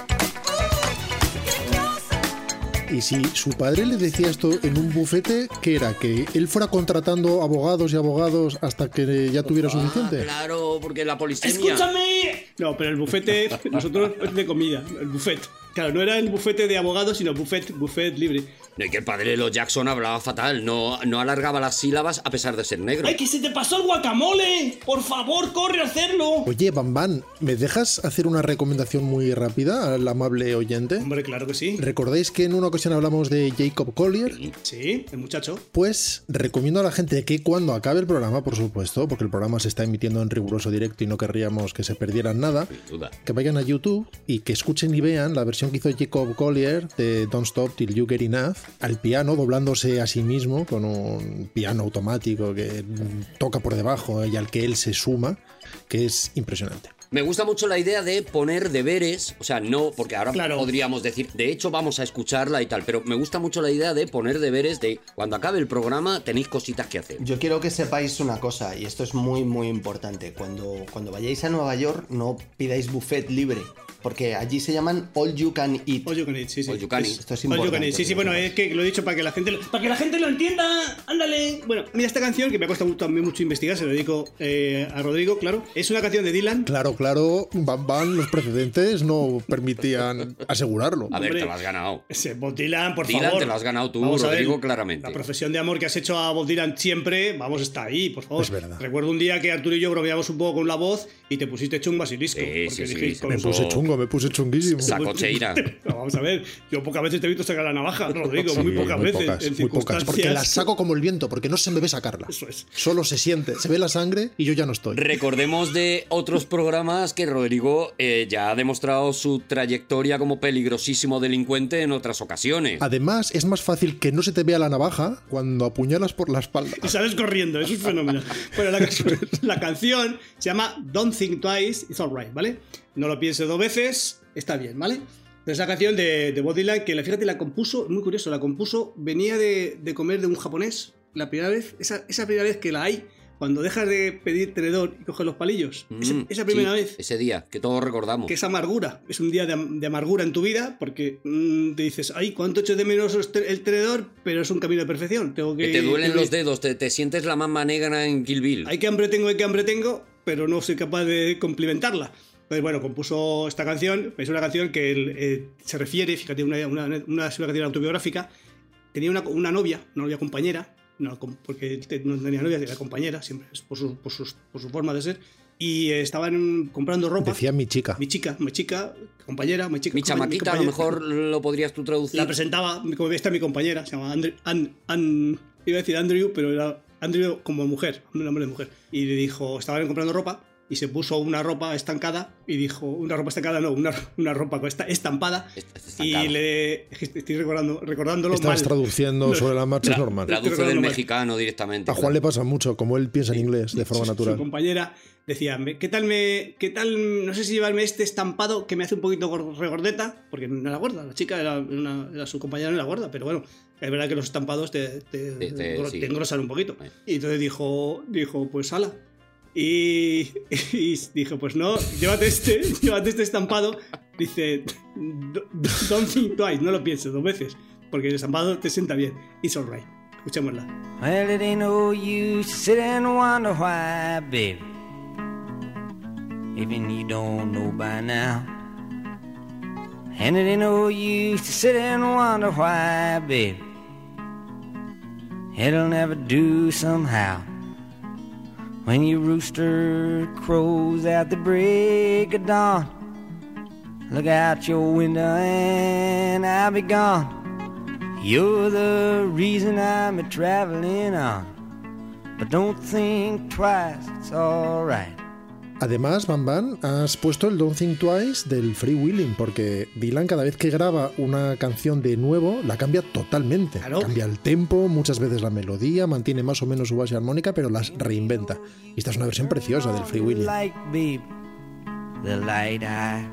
Ooh, get closer. Y si su padre le decía esto en un bufete, ¿qué era? ¿Que él fuera contratando abogados y abogados hasta que ya tuviera Ah, suficiente? claro, porque la polisemia. ¡Escúchame! No, pero el bufete, nosotros es de comida, el buffet. Claro, no era el bufete de abogados, sino buffet, buffet libre. No, y que el padre de los Jackson hablaba fatal, no, no alargaba las sílabas a pesar de ser negro. ¡Ay, que se te pasó el guacamole! ¡Por favor, corre a hacerlo! Oye, Bambán, ¿me dejas hacer una recomendación muy rápida al amable oyente? Hombre, claro que sí. ¿Recordáis que en una ocasión hablamos de Jacob Collier? Sí, el muchacho. Pues recomiendo a la gente que cuando acabe el programa, por supuesto, porque el programa se está emitiendo en riguroso directo y no querríamos que se perdieran nada, Sin duda. que vayan a YouTube y que escuchen y vean la versión que hizo Jacob Collier de Don't Stop Till You Get Enough al piano, doblándose a sí mismo con un piano automático que toca por debajo y al que él se suma, que es impresionante. Me gusta mucho la idea de poner deberes, o sea, no, porque ahora Claro. podríamos decir, de hecho vamos a escucharla y tal, pero me gusta mucho la idea de poner deberes de cuando acabe el programa tenéis cositas que hacer. Yo quiero que sepáis una cosa, y esto es muy muy importante. Cuando, cuando vayáis a Nueva York, no pidáis buffet libre, porque allí se llaman all you can eat. All you can eat, sí, sí. All you can eat. Esto es All you can importante. eat. Sí, sí, bueno, es que lo he dicho para que la gente lo, para que la gente lo entienda. Ándale. Bueno, mira, esta canción, que me ha costado mucho- también mucho investigar, se lo dedico eh, a Rodrigo, claro. Es una canción de Dylan. Claro, claro, Bam Bam, los precedentes no permitían asegurarlo. A ver, Hombre. te lo has ganado. Ese Bob Dylan, por Dylan, favor. te lo has ganado tú, Vamos a ver, Rodrigo, claramente. La profesión de amor que has hecho a Bob Dylan siempre, vamos, está ahí, por favor. Es verdad. Recuerdo un día que Arturo y yo bromeamos un poco con la voz y te pusiste hecho un basilisco. Sí, porque sí, sí, dijiste, sí, con Me eso- puse chungo, me puse chunguísimo. Sacocheira. No, vamos a ver, yo pocas veces te he visto sacar la navaja, Rodrigo, muy Sí, pocas muy veces. pocas, en muy pocas, porque circunstancias- las saco como el viento, porque no se me ve sacarla. Eso es. Solo se siente, se ve la sangre y yo ya no estoy. Recordemos de otros programas que Rodrigo eh, ya ha demostrado su trayectoria como peligrosísimo delincuente en otras ocasiones. Además, es más fácil que no se te vea la navaja cuando apuñalas por la espalda. Y sales corriendo, eso es fenomenal. Bueno, la, canción- la canción se llama Don't Think Twice, It's Alright, ¿vale? No lo pienses dos veces, está bien, ¿vale? Es la canción de, de Bob Dylan que, la- fíjate, la compuso, muy curioso, la compuso, venía de, de comer de un japonés, la primera vez, esa, esa primera vez que la hay, cuando dejas de pedir tenedor y coges los palillos. Esa, Mm, esa primera sí, vez. Ese día, que todos recordamos. Que es amargura, es un día de, am- de amargura en tu vida porque mm, te dices, ay, cuánto echo de menos este- el tenedor, pero es un camino de perfección. Tengo que, Que te duelen tengo que- los dedos, te, te sientes la mamá negra en Kill Bill. Hay que hambre tengo, hay que hambre tengo, pero no soy capaz de complementarla. Entonces, bueno, compuso esta canción, es una canción que él, eh, se refiere, fíjate, una, una, una, es una canción autobiográfica. Tenía una, una novia, una novia compañera, no, com- porque él te- no tenía novia, era compañera, siempre, es por su, por sus- por su forma de ser. Y eh, estaban comprando ropa. Decía mi chica. Mi chica, mi chica, compañera, mi chica. Mi compa- chamaquita, a lo compañera. mejor lo podrías tú traducir. La presentaba, como esta es mi compañera, se llama Andrew, An- An- iba a decir Andrew, pero era Andrew como mujer, un nombre de mujer. Y le dijo, estaban comprando ropa, y se puso una ropa estancada y dijo, una ropa estancada no, una, una ropa esta- estampada Esta- esta estancada. y le estoy recordando, recordándolo Estás mal. traduciendo sobre la marcha, es normal. Traduce Estoy del recordando mal. mexicano directamente. A Juan le pasa mucho, como él piensa en inglés de forma Su- natural. Su compañera decía, "Me- ¿qué tal me, qué tal, no sé si llevarme este estampado que me hace un poquito gor- regordeta? Porque no era gorda, la chica era, una, era su compañera, no era gorda, pero bueno, es verdad que los estampados te, te, Te- te- gro- sí. te engrosan un poquito. Sí. Y entonces dijo, dijo, pues ala. Y, y dijo, pues no, llévate este, llévate este estampado. Dice, "Do- don't think twice, no lo pienses dos veces, porque el estampado te sienta bien. It's alright. Escuchémosla. Well, it ain't no use to sit and wonder why, baby. Even you don't know by now. And it ain't no use to sit and wonder why, baby. It'll never do somehow. When your rooster crows at the break of dawn, look out your window and I'll be gone. You're the reason I'm a traveling on. But don't think twice, it's alright. Además, Bam Bam, has puesto el Don't Think Twice del Free Willing, porque Dylan cada vez que graba una canción de nuevo la cambia totalmente. Claro. Cambia el tempo, muchas veces la melodía, mantiene más o menos su base armónica, pero las reinventa. Y esta es una versión preciosa del Free Willing. Light, baby, the light I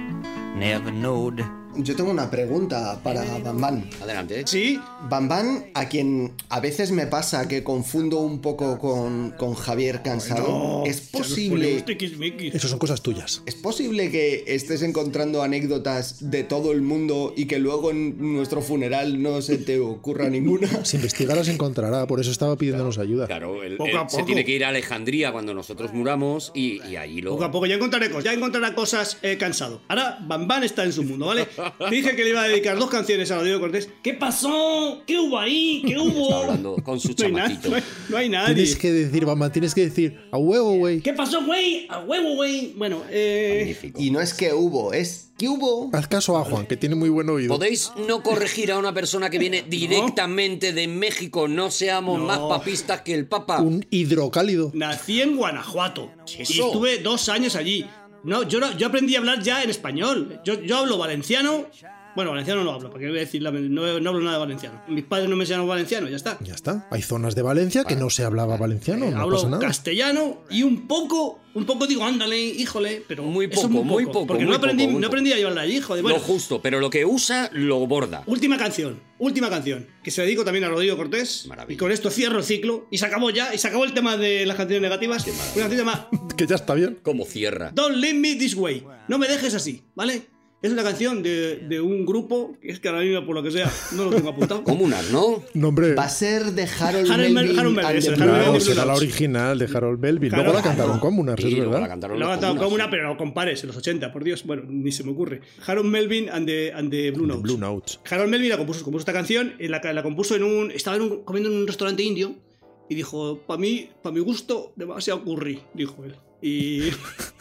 never knowed. Yo tengo una pregunta para Bam Bam. Adelante. Sí, Bam Bam, a quien a veces me pasa que confundo un poco con, con Javier Cansado, no, ¿es ya nos posible, ponemos tiquismiquis. Eso son cosas tuyas. ¿es posible que estés encontrando anécdotas de todo el mundo y que luego en nuestro funeral no se te ocurra ninguna? Si investiga las encontrará, por eso estaba pidiéndonos ayuda. Claro, él, Poco él a se poco. tiene que ir a Alejandría cuando nosotros muramos y, y allí lo... Poco a poco ya encontraré cosas, ya encontrará cosas eh, cansado. Ahora Bam Bam está en su mundo, ¿vale? Te dije que le iba a dedicar dos canciones a Rodrigo Cortés. ¿Qué pasó? ¿Qué hubo ahí? ¿Qué hubo? Está hablando con su No hay, nada, chamaquito. no, hay, no hay nadie. Tienes que decir, Bam Bam, tienes que decir, a huevo, güey. ¿Qué pasó, güey? A huevo, güey. Bueno, eh... Magnífico. Y no es que hubo, es que hubo. Haz caso a Juan, que tiene muy buen oído. ¿Podéis no corregir a una persona que viene directamente de México? No seamos No. más papistas que el Papa. Un hidrocálido. Nací en Guanajuato y Eso. estuve dos años allí. No, yo, no- yo aprendí a hablar ya en español. Yo, yo hablo valenciano. Bueno, valenciano no hablo, porque voy a decir, la- no, no hablo nada de valenciano. Mis padres no me enseñaron valenciano, ya está. Ya está. Hay zonas de Valencia que no se hablaba valenciano, no hablo pasa nada. castellano y un poco, un poco digo, ándale, híjole, pero Muy eso es poco, muy poco, porque muy no aprendí, poco, muy no poco. aprendí a llevarla allí, joder. Bueno, Lo justo, pero lo que usa lo borda. última canción, última canción, que se dedico también a Rodrigo Cortés. Maravilla. Y con esto cierro el ciclo y se acabó ya, y se acabó el tema de las canciones negativas. Una canción llamada Que ya está bien. Como cierra. Don't Leave Me This Way. No me dejes así, ¿vale? Es una canción de, de un grupo que es que ahora mismo, por lo que sea, no lo tengo apuntado. Comunas, ¿no? No, hombre. Va a ser de Harold, Harold Mel- Melvin Harold Melvin, and eso, the Harold Blue Claro, Melvin. Notes. será la original de Harold Melvin. Claro, Luego la claro. cantaron Comunas, Y es luego verdad. la cantaron Lo ha los cantado como Comunas. una, pero no compares, en los ochenta, por Dios. Bueno, ni se me ocurre. Harold Melvin and the, and the Blue The Notes. Blue Notes. Harold Melvin la compuso, compuso esta canción, y la, la compuso en un. Estaba en un- comiendo en un restaurante indio y dijo: Para mí, para mi gusto, demasiado curry, dijo él. Y.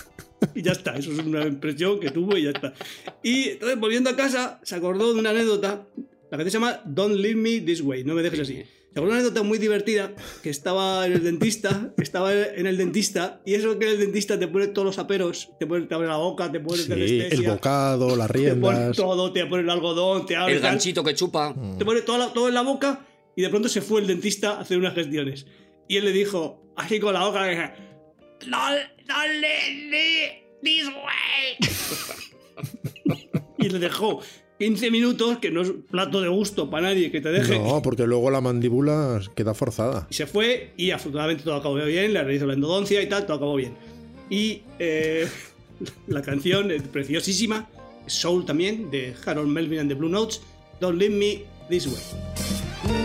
Y ya está, eso es una impresión que tuvo y ya está. Y entonces, volviendo a casa, se acordó de una anécdota. La canción se llama Don't Leave Me This Way, no me dejes así. Se acordó de una anécdota muy divertida, que estaba en el dentista, estaba en el dentista, y eso que el dentista te pone todos los aperos, te, pone, te abre la boca, te pone Sí, anestesia, el bocado, las te pone riendas. todo, te pone el algodón, te abre El tal, ganchito que chupa. te pone todo, la- todo en la boca, y de pronto se fue el dentista a hacer unas gestiones. Y él le dijo, así con la boca, le dije, Don't, don't leave me this way. Y le dejó quince minutos, que no es plato de gusto para nadie que te deje. No, porque luego la mandíbula queda forzada. Y se fue y afortunadamente todo acabó bien, le realizó la endodoncia y tal, todo acabó bien. Y eh, la canción es preciosísima, Soul también, de Harold Melvin and the Blue Notes, Don't Leave Me This Way.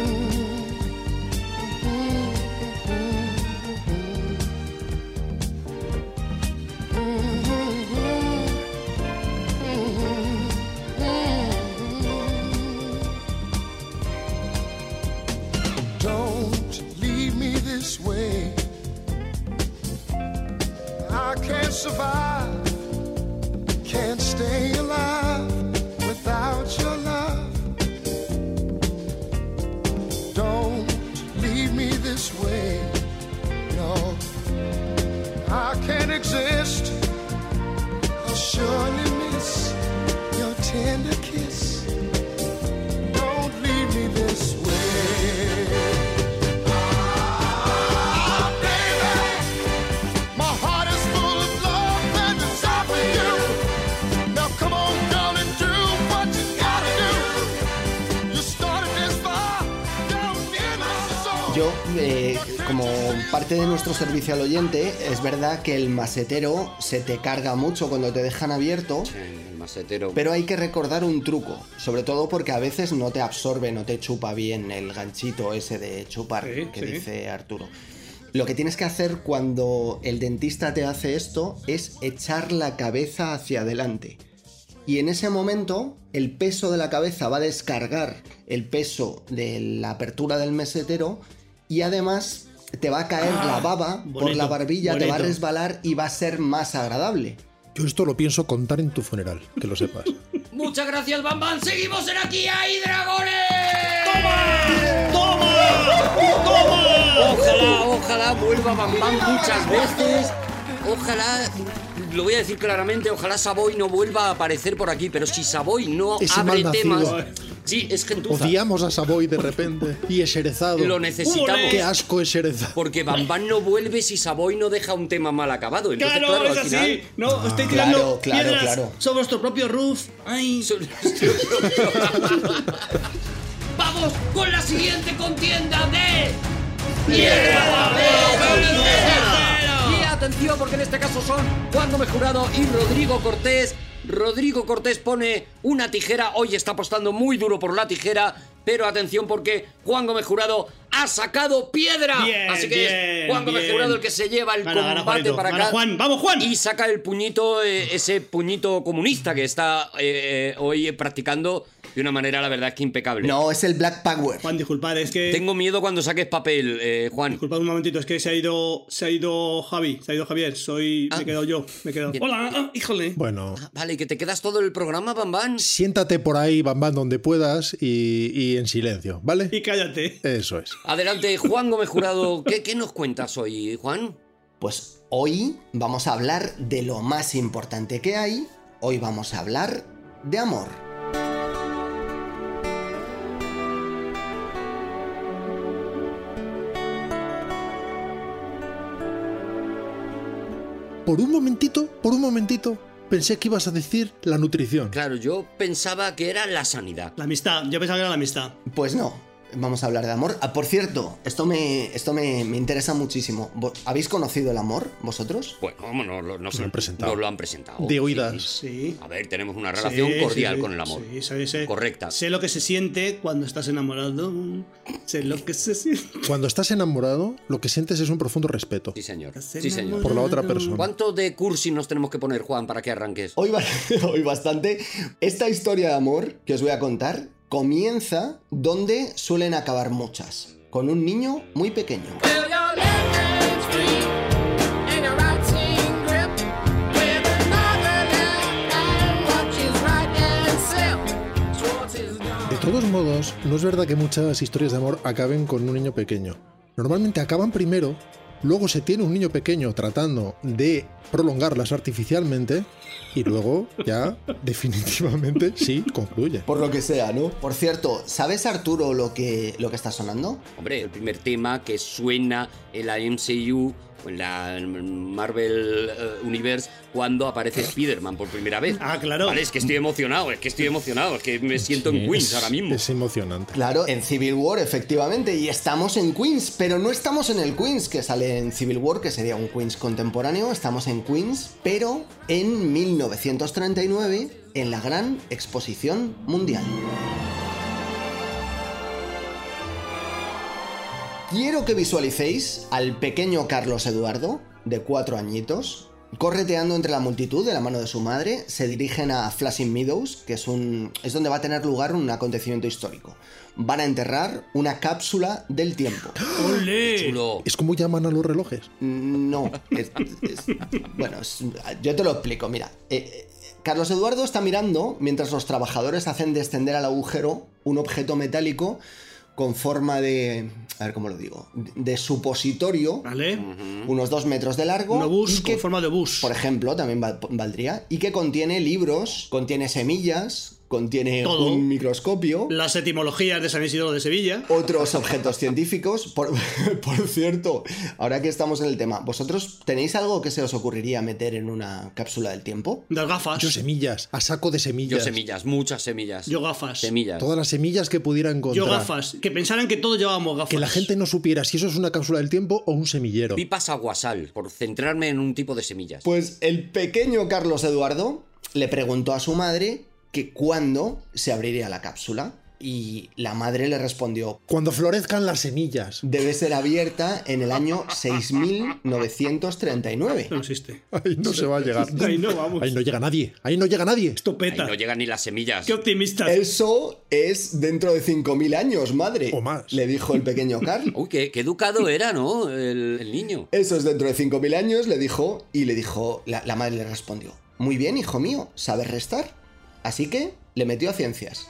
Don't leave me this way. I can't survive, can't stay alive without your love. Don't leave me this way. No, I can't exist Yo, eh, como parte de nuestro servicio al oyente, es verdad que el masetero se te carga mucho cuando te dejan abierto. El masetero. Pero hay que recordar un truco, sobre todo porque a veces no te absorbe, no te chupa bien el ganchito ese de chupar Sí, que sí. dice Arturo. Lo que tienes que hacer cuando el dentista te hace esto es echar la cabeza hacia adelante. Y en ese momento el peso de la cabeza va a descargar el peso de la apertura del mesetero y además te va a caer la baba por bonito, la barbilla, te va a bonito. resbalar y va a ser más agradable. Yo esto lo pienso contar en tu funeral, que lo sepas. Muchas gracias, Bam Bam. Seguimos en Aquí hay dragones. Ojalá, ojalá vuelva Bam Bam muchas veces. Ojalá, lo voy a decir claramente, ojalá Savoy no vuelva a aparecer por aquí, pero si Savoy no Ese abre malnacido. temas... Sí, es gentuza. Odiamos a Savoy de repente. Y Eserezado. Lo necesitamos. Qué asco Eserezado. Porque Bam Bam no vuelve si Savoy no deja un tema mal acabado. Entonces, Claro, claro, es al así. final... No, estoy Claro, tirando claro, piedras claro. sobre nuestro propio roof. Ay. ¡Vamos con la siguiente contienda de... ¡Piedra, papel o tijera! Y atención, porque en este caso son Juan Gómez Jurado y Rodrigo Cortés. Rodrigo Cortés pone una tijera. Hoy está apostando muy duro por la tijera. Pero atención, porque Juan Gómez Jurado ha sacado piedra. Bien, Así que bien, es Juan Gómez bien. Jurado el que se lleva el Gana, gana, combate Juanito. para Gana, acá. Juan. ¡Vamos, Juan! Y saca el puñito, eh, ese puñito comunista que está eh, eh, hoy practicando de una manera, la verdad, es que impecable. No, es el Black Power. Juan, disculpad, es que... Tengo miedo cuando saques papel, eh, Juan. Disculpad un momentito, es que se ha ido se ha ido Javi, se ha ido Javier, soy Ah. me he quedado yo, me he quedado. Bien. Hola, ah, híjole. Bueno, Vale, que te quedas todo el programa, Bam Bam. siéntate por ahí, Bam Bam, donde puedas y, y en silencio, ¿vale? Y cállate. Eso es. Adelante, Juan Gómez Jurado. ¿Qué, qué nos cuentas hoy, Juan? Pues hoy vamos a hablar de lo más importante que hay. Hoy vamos a hablar de amor. Por un momentito, por un momentito, pensé que ibas a decir la nutrición. Claro, yo pensaba que era la sanidad. La amistad, yo pensaba que era la amistad. Pues no, vamos a hablar de amor. Ah, por cierto, esto me, esto me, me interesa muchísimo. ¿Vo- ¿Habéis conocido el amor, vosotros? Bueno, vamos, no, no, no lo han presentado. Nos lo han presentado. De oídas. Sí. A ver, tenemos una relación Sí, cordial sí, con el amor. Sí, sé, sé- Correcta. Sé lo que se siente cuando estás enamorado. Sé lo que se siente. Cuando estás enamorado, lo que sientes es un profundo respeto Sí, señor. Estás Sí, señor. por la otra persona. ¿Cuánto de cursi nos tenemos que poner, Juan, para que arranques? Hoy, ba- hoy bastante. Esta historia de amor que os voy a contar comienza donde suelen acabar muchas. Con un niño muy pequeño. De todos modos, no es verdad que muchas historias de amor acaben con un niño pequeño. Normalmente acaban primero, luego se tiene un niño pequeño tratando de prolongarlas artificialmente y luego ya definitivamente sí concluye. Por lo que sea, ¿no? Por cierto, ¿sabes, Arturo, lo que, lo que está sonando? Hombre, el primer tema que suena en la M C U o en la Marvel eh, Universe cuando aparece Spider-Man por primera vez. Ah, claro. Vale, es que estoy emocionado, es que estoy emocionado, es que me siento en Queens ahora mismo. Es emocionante. Claro, en Civil War, efectivamente, y estamos en Queens, pero no estamos en el Queens que sale en Civil War, que sería un Queens contemporáneo, estamos en Queens, pero en mil novecientos treinta y nueve, en la Gran Exposición Mundial. Quiero que visualicéis al pequeño Carlos Eduardo, de cuatro añitos, correteando entre la multitud de la mano de su madre. Se dirigen a Flashing Meadows, que es, un, es donde va a tener lugar un acontecimiento histórico. Van a enterrar una cápsula del tiempo. ¡Ole! Chulo. ¿Es como llaman a los relojes? No, es- es- bueno, es- yo te lo explico, mira. eh, eh, Carlos Eduardo está mirando mientras los trabajadores hacen descender al agujero un objeto metálico con forma de... a ver cómo lo digo... de supositorio, ¿Vale? unos dos metros de largo. Un bus y que, con forma de bus. por ejemplo, también val- valdría, y que contiene libros, contiene semillas, contiene Todo. un microscopio, Las etimologías de San Isidro de Sevilla. otros objetos científicos. Por, por cierto, ahora que estamos en el tema, ¿vosotros tenéis algo que se os ocurriría meter en una cápsula del tiempo? Las gafas. Yo semillas, a saco de Yo semillas. semillas, muchas semillas. Yo gafas. Semillas. Todas las semillas que pudiera encontrar. Yo gafas. Que pensaran que todos llevábamos gafas. Que la gente no supiera si eso es una cápsula del tiempo o un semillero. Pipas aguasal, por centrarme en un tipo de semillas. Pues el pequeño Carlos Eduardo le preguntó a su madre que cuándo se abriría la cápsula. Y la madre le respondió: Cuando florezcan las semillas. debe ser abierta en el año seis mil novecientos treinta y nueve. No existe. Ahí no se va a llegar. Ahí no vamos. Ahí no llega nadie. Ahí no llega nadie. Esto Ahí peta. no llegan ni las semillas. Qué optimistas. Eso es dentro de cinco mil años, madre. O más. Le dijo el pequeño Carl. Uy, qué, qué educado era, ¿no? El, el niño. Eso es dentro de cinco mil años, le dijo. Y le dijo, la, la madre le respondió: muy bien, hijo mío, ¿sabes restar? Así que le metió a ciencias.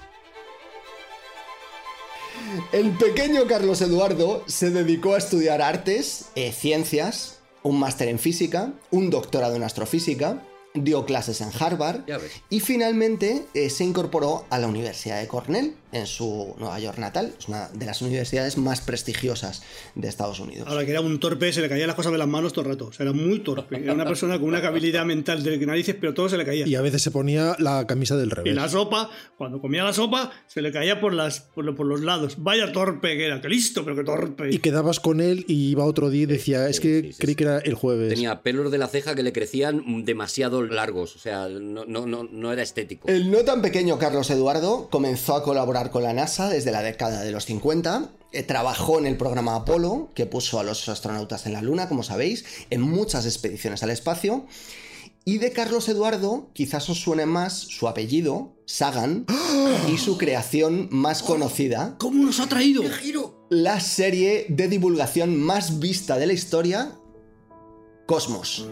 El pequeño Carlos Eduardo se dedicó a estudiar artes, eh, ciencias, un máster en física, un doctorado en astrofísica, dio clases en Harvard Ya ves. y finalmente eh, se incorporó a la Universidad de Cornell en su Nueva York natal. Es una de las universidades más prestigiosas de Estados Unidos. Ahora que era un torpe, se le caían las cosas de las manos todo el rato. O sea, era muy torpe. Era una persona con una habilidad mental de narices, pero todo se le caía. Y a veces se ponía la camisa del Y revés. la sopa, cuando comía la sopa, se le caía por, las, por, lo- por los lados. Vaya torpe que era. Que listo, pero que torpe. Y quedabas con él y iba otro día y decía, es que sí, sí, creí sí. que era el jueves. Tenía pelos de la ceja que le crecían demasiado largos. O sea, no, no, no, no era estético. El no tan pequeño Carlos Eduardo comenzó a colaborar con la NASA desde la década de los cincuenta. Eh, trabajó en el programa Apolo, que puso a los astronautas en la Luna, como sabéis, en muchas expediciones al espacio. Y de Carlos Eduardo, quizás os suene más su apellido, Sagan, y su creación más conocida, ¿Cómo nos ha traído? la serie de divulgación más vista de la historia, Cosmos.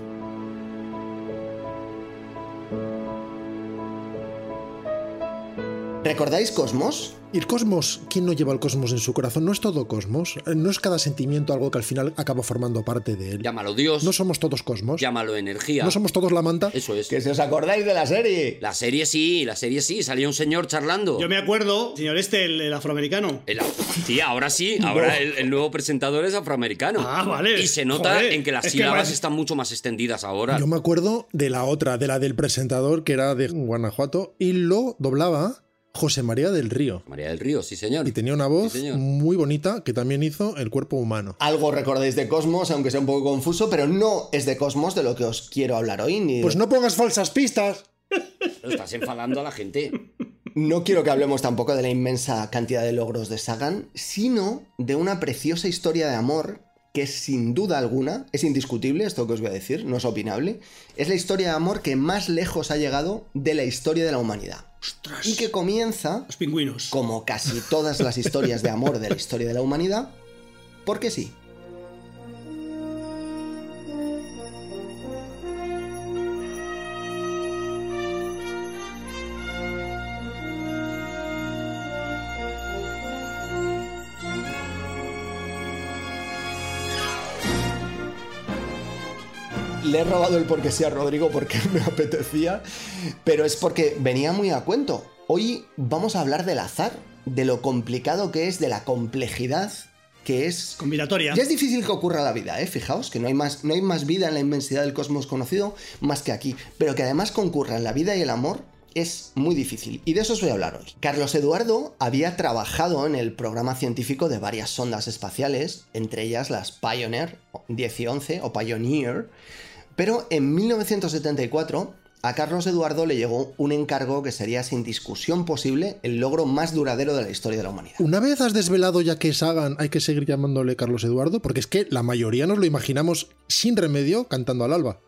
¿Recordáis Cosmos? ¿Y el cosmos? ¿Quién no lleva el cosmos en su corazón? ¿No es todo cosmos? ¿No es cada sentimiento algo que al final acaba formando parte de él? Llámalo Dios, ¿No somos todos cosmos? llámalo energía. ¿No somos todos la manta? Eso es. Que si os acordáis de la serie. La serie sí, la serie sí. Salía un señor charlando. Yo me acuerdo, señor este, el, el afroamericano. El- sí, ahora sí. Ahora el, el nuevo presentador es afroamericano. Ah, vale. Y se nota Joder, en que las es que sílabas parece- están mucho más extendidas ahora. Yo me acuerdo de la otra, de la del presentador, que era de Guanajuato, y lo doblaba José María del Río. María del Río, sí señor. Y tenía una voz Sí, señor. muy bonita que también hizo El cuerpo humano. Algo recordáis de Cosmos, aunque sea un poco confuso, pero no es de Cosmos de lo que os quiero hablar hoy. Ni de- Pues no pongas falsas pistas. Pero estás enfadando a la gente. No quiero que hablemos tampoco de la inmensa cantidad de logros de Sagan, sino de una preciosa historia de amor que sin duda alguna, es indiscutible esto que os voy a decir, no es opinable, es la historia de amor que más lejos ha llegado de la historia de la humanidad. Ostras. Y que comienza, Los pingüinos. como casi todas las historias de amor de la historia de la humanidad, porque sí. Le he robado el porque sí a Rodrigo porque me apetecía, pero es porque venía muy a cuento. Hoy vamos a hablar del azar, de lo complicado que es, de la complejidad que es. Combinatoria. Ya es difícil que ocurra la vida, ¿eh? Fijaos que no hay, más, no hay más vida en la inmensidad del cosmos conocido más que aquí, pero que además concurra en la vida y el amor es muy difícil, y de eso os voy a hablar hoy. Carlos Eduardo había trabajado en el programa científico de varias sondas espaciales, entre ellas las Pioneer diez y once o Pioneer, pero en mil novecientos setenta y cuatro a Carlos Eduardo le llegó un encargo que sería sin discusión posible el logro más duradero de la historia de la humanidad. Una vez has desvelado ya que Sagan, hay que seguir llamándole Carlos Eduardo, porque es que la mayoría nos lo imaginamos sin remedio cantando al alba.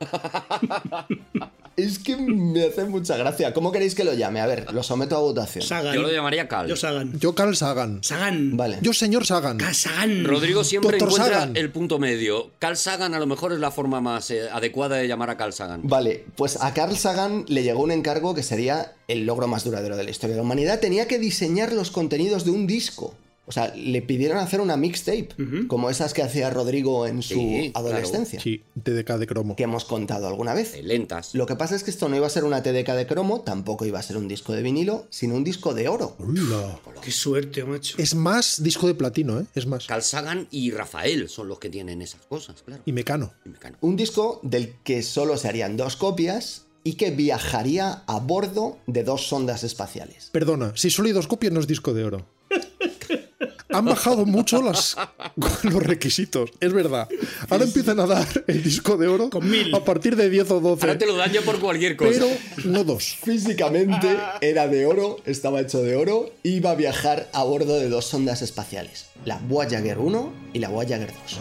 Es que me hace mucha gracia. ¿Cómo queréis que lo llame? A ver, lo someto a votación. Sagan. Yo lo llamaría Cal. Yo Sagan. Yo Carl Sagan. Sagan. Vale. Yo señor Sagan. Ca- Sagan. Rodrigo siempre Doctor encuentra Sagan. el punto medio. Carl Sagan a lo mejor es la forma más eh, adecuada de llamar a Carl Sagan. Vale, pues a Carl Sagan le llegó un encargo que sería el logro más duradero de la historia de la humanidad. Tenía que diseñar los contenidos de un disco. O sea, le pidieron hacer una mixtape, Ujú. como esas que hacía Rodrigo en su Sí, adolescencia, Sí, T D K de cromo. que hemos contado alguna vez. Eh, lentas. Lo que pasa es que esto no iba a ser una T D K de cromo, tampoco iba a ser un disco de vinilo, sino un disco de oro. Hola. Qué suerte, macho. Es más disco de platino, ¿eh? Es más. Carl Sagan y Rafael son los que tienen esas cosas, claro. Y Mecano. Y Mecano. Un disco del que solo se harían dos copias y que viajaría a bordo de dos sondas espaciales. Perdona, si solo hay dos copias no es disco de oro. Han bajado mucho las, los requisitos, es verdad. Ahora empiezan a dar el disco de oro Con mil. a partir de diez o doce. Ahora te lo daño por cualquier cosa. Pero no dos. Físicamente era de oro, estaba hecho de oro, iba a viajar a bordo de dos sondas espaciales, la Voyager uno y la Voyager dos.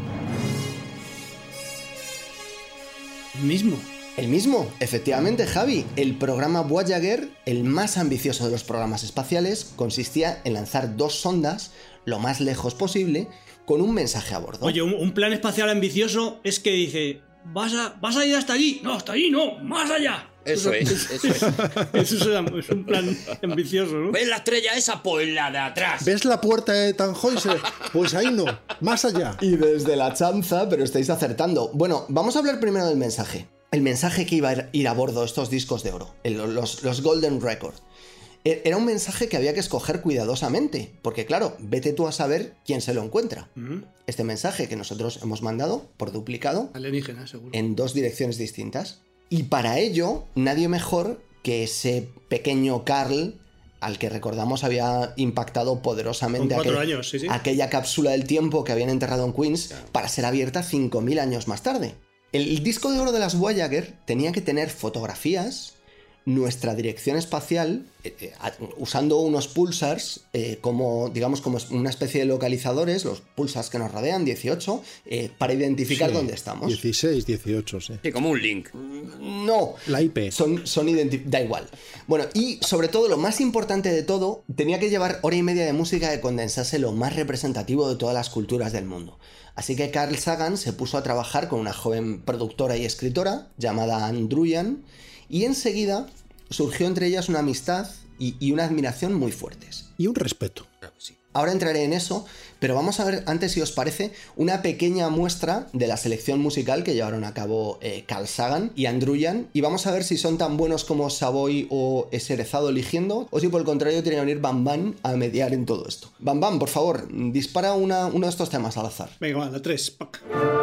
Mismo. El mismo, efectivamente, Javi. El programa Voyager, el más ambicioso de los programas espaciales, consistía en lanzar dos sondas lo más lejos posible con un mensaje a bordo. Oye, un, un plan espacial ambicioso es que dice, ¿vas a, ¿vas a ir hasta allí? No, hasta allí no, más allá. Eso es, eso es. Eso es, un- es un plan ambicioso, ¿no? ¿Ves la estrella esa? Pues la de atrás. ¿Ves la puerta de Tannhäuser? Pues ahí no, más allá. Y desde la chanza, pero estáis acertando. Bueno, vamos a hablar primero del mensaje. El mensaje que iba a ir a bordo estos discos de oro, el- los, los Golden Record. E- Era un mensaje que había que escoger cuidadosamente, porque claro, vete tú a saber quién se lo encuentra. Mm, Este mensaje que nosotros hemos mandado por duplicado Alienígena, seguro. en dos direcciones distintas. Y para ello, nadie mejor que ese pequeño Carl, al que recordamos había impactado poderosamente Con cuatro aquel- años, sí, sí. aquella cápsula del tiempo que habían enterrado en Queens para ser abierta cinco mil años más tarde. El disco de oro de las Voyager tenía que tener fotografías, nuestra dirección espacial, eh, eh, a- usando unos pulsars eh, como, digamos, como una especie de localizadores, los pulsars que nos rodean, dieciocho, eh, para identificar Sí, dónde estamos. dieciséis, dieciocho, sí. Sí, como un link. No, La I P. son, son identi- da igual. Bueno, y sobre todo, lo más importante de todo, tenía que llevar hora y media de música que condensase lo más representativo de todas las culturas del mundo. Así que Carl Sagan se puso a trabajar con una joven productora y escritora llamada Ann Druyan, y enseguida surgió entre ellas una amistad y, y una admiración muy fuertes. Y un respeto. Claro que sí. Ahora entraré en eso, pero vamos a ver antes, si os parece, una pequeña muestra de la selección musical que llevaron a cabo eh, Carl Sagan y Andruyan, y vamos a ver si son tan buenos como Savoy o Eserezado eligiendo, o si por el contrario tiene que venir Bam Bam a mediar en todo esto. Bam Bam, por favor, dispara una- uno de estos temas al azar. Venga, va, la tres. pac.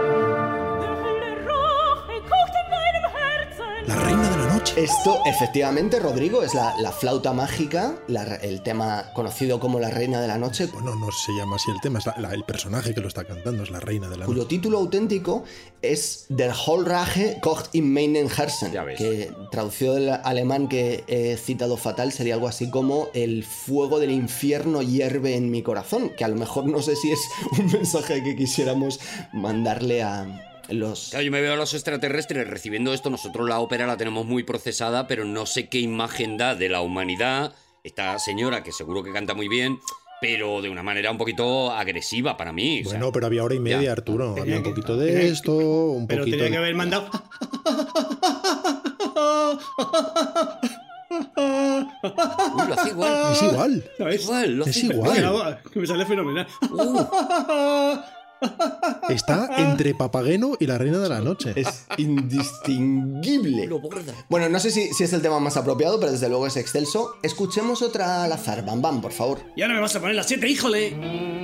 La reina de la noche. Esto, efectivamente, Rodrigo, es la, la flauta mágica, la- el tema conocido como La Reina de la Noche, Bueno, no se llama así el tema, es la- la- el personaje que lo está cantando, es la reina de la cuyo noche. título auténtico es Der Hohlrache kocht in meinen Herzen, Ya ves. que traducido del alemán que he citado fatal sería algo así como el fuego del infierno hierve en mi corazón, que a lo mejor no sé si es un mensaje que quisiéramos mandarle a los... Claro, yo me veo a los extraterrestres recibiendo esto. Nosotros la ópera la tenemos muy procesada, pero no sé qué imagen da de la humanidad esta señora, que seguro que canta muy bien, pero de una manera un poquito agresiva para mí. o sea, Bueno, pero había hora y media, ya. Arturo. Tenía Había un que- poquito tenía de que- esto, un Pero poquito tenía que de... haber mandado. Uy, lo hace igual. Es igual. ¿Sabes? Igual, lo Es hace igual. Venga, que me sale fenomenal. Está entre Papageno y la reina de la noche. Es indistinguible. Lo borda. Bueno, no sé si, si es el tema más apropiado, pero desde luego es excelso. Escuchemos otra al azar, Bam Bam, por favor. Y ahora me vas a poner las siete, híjole.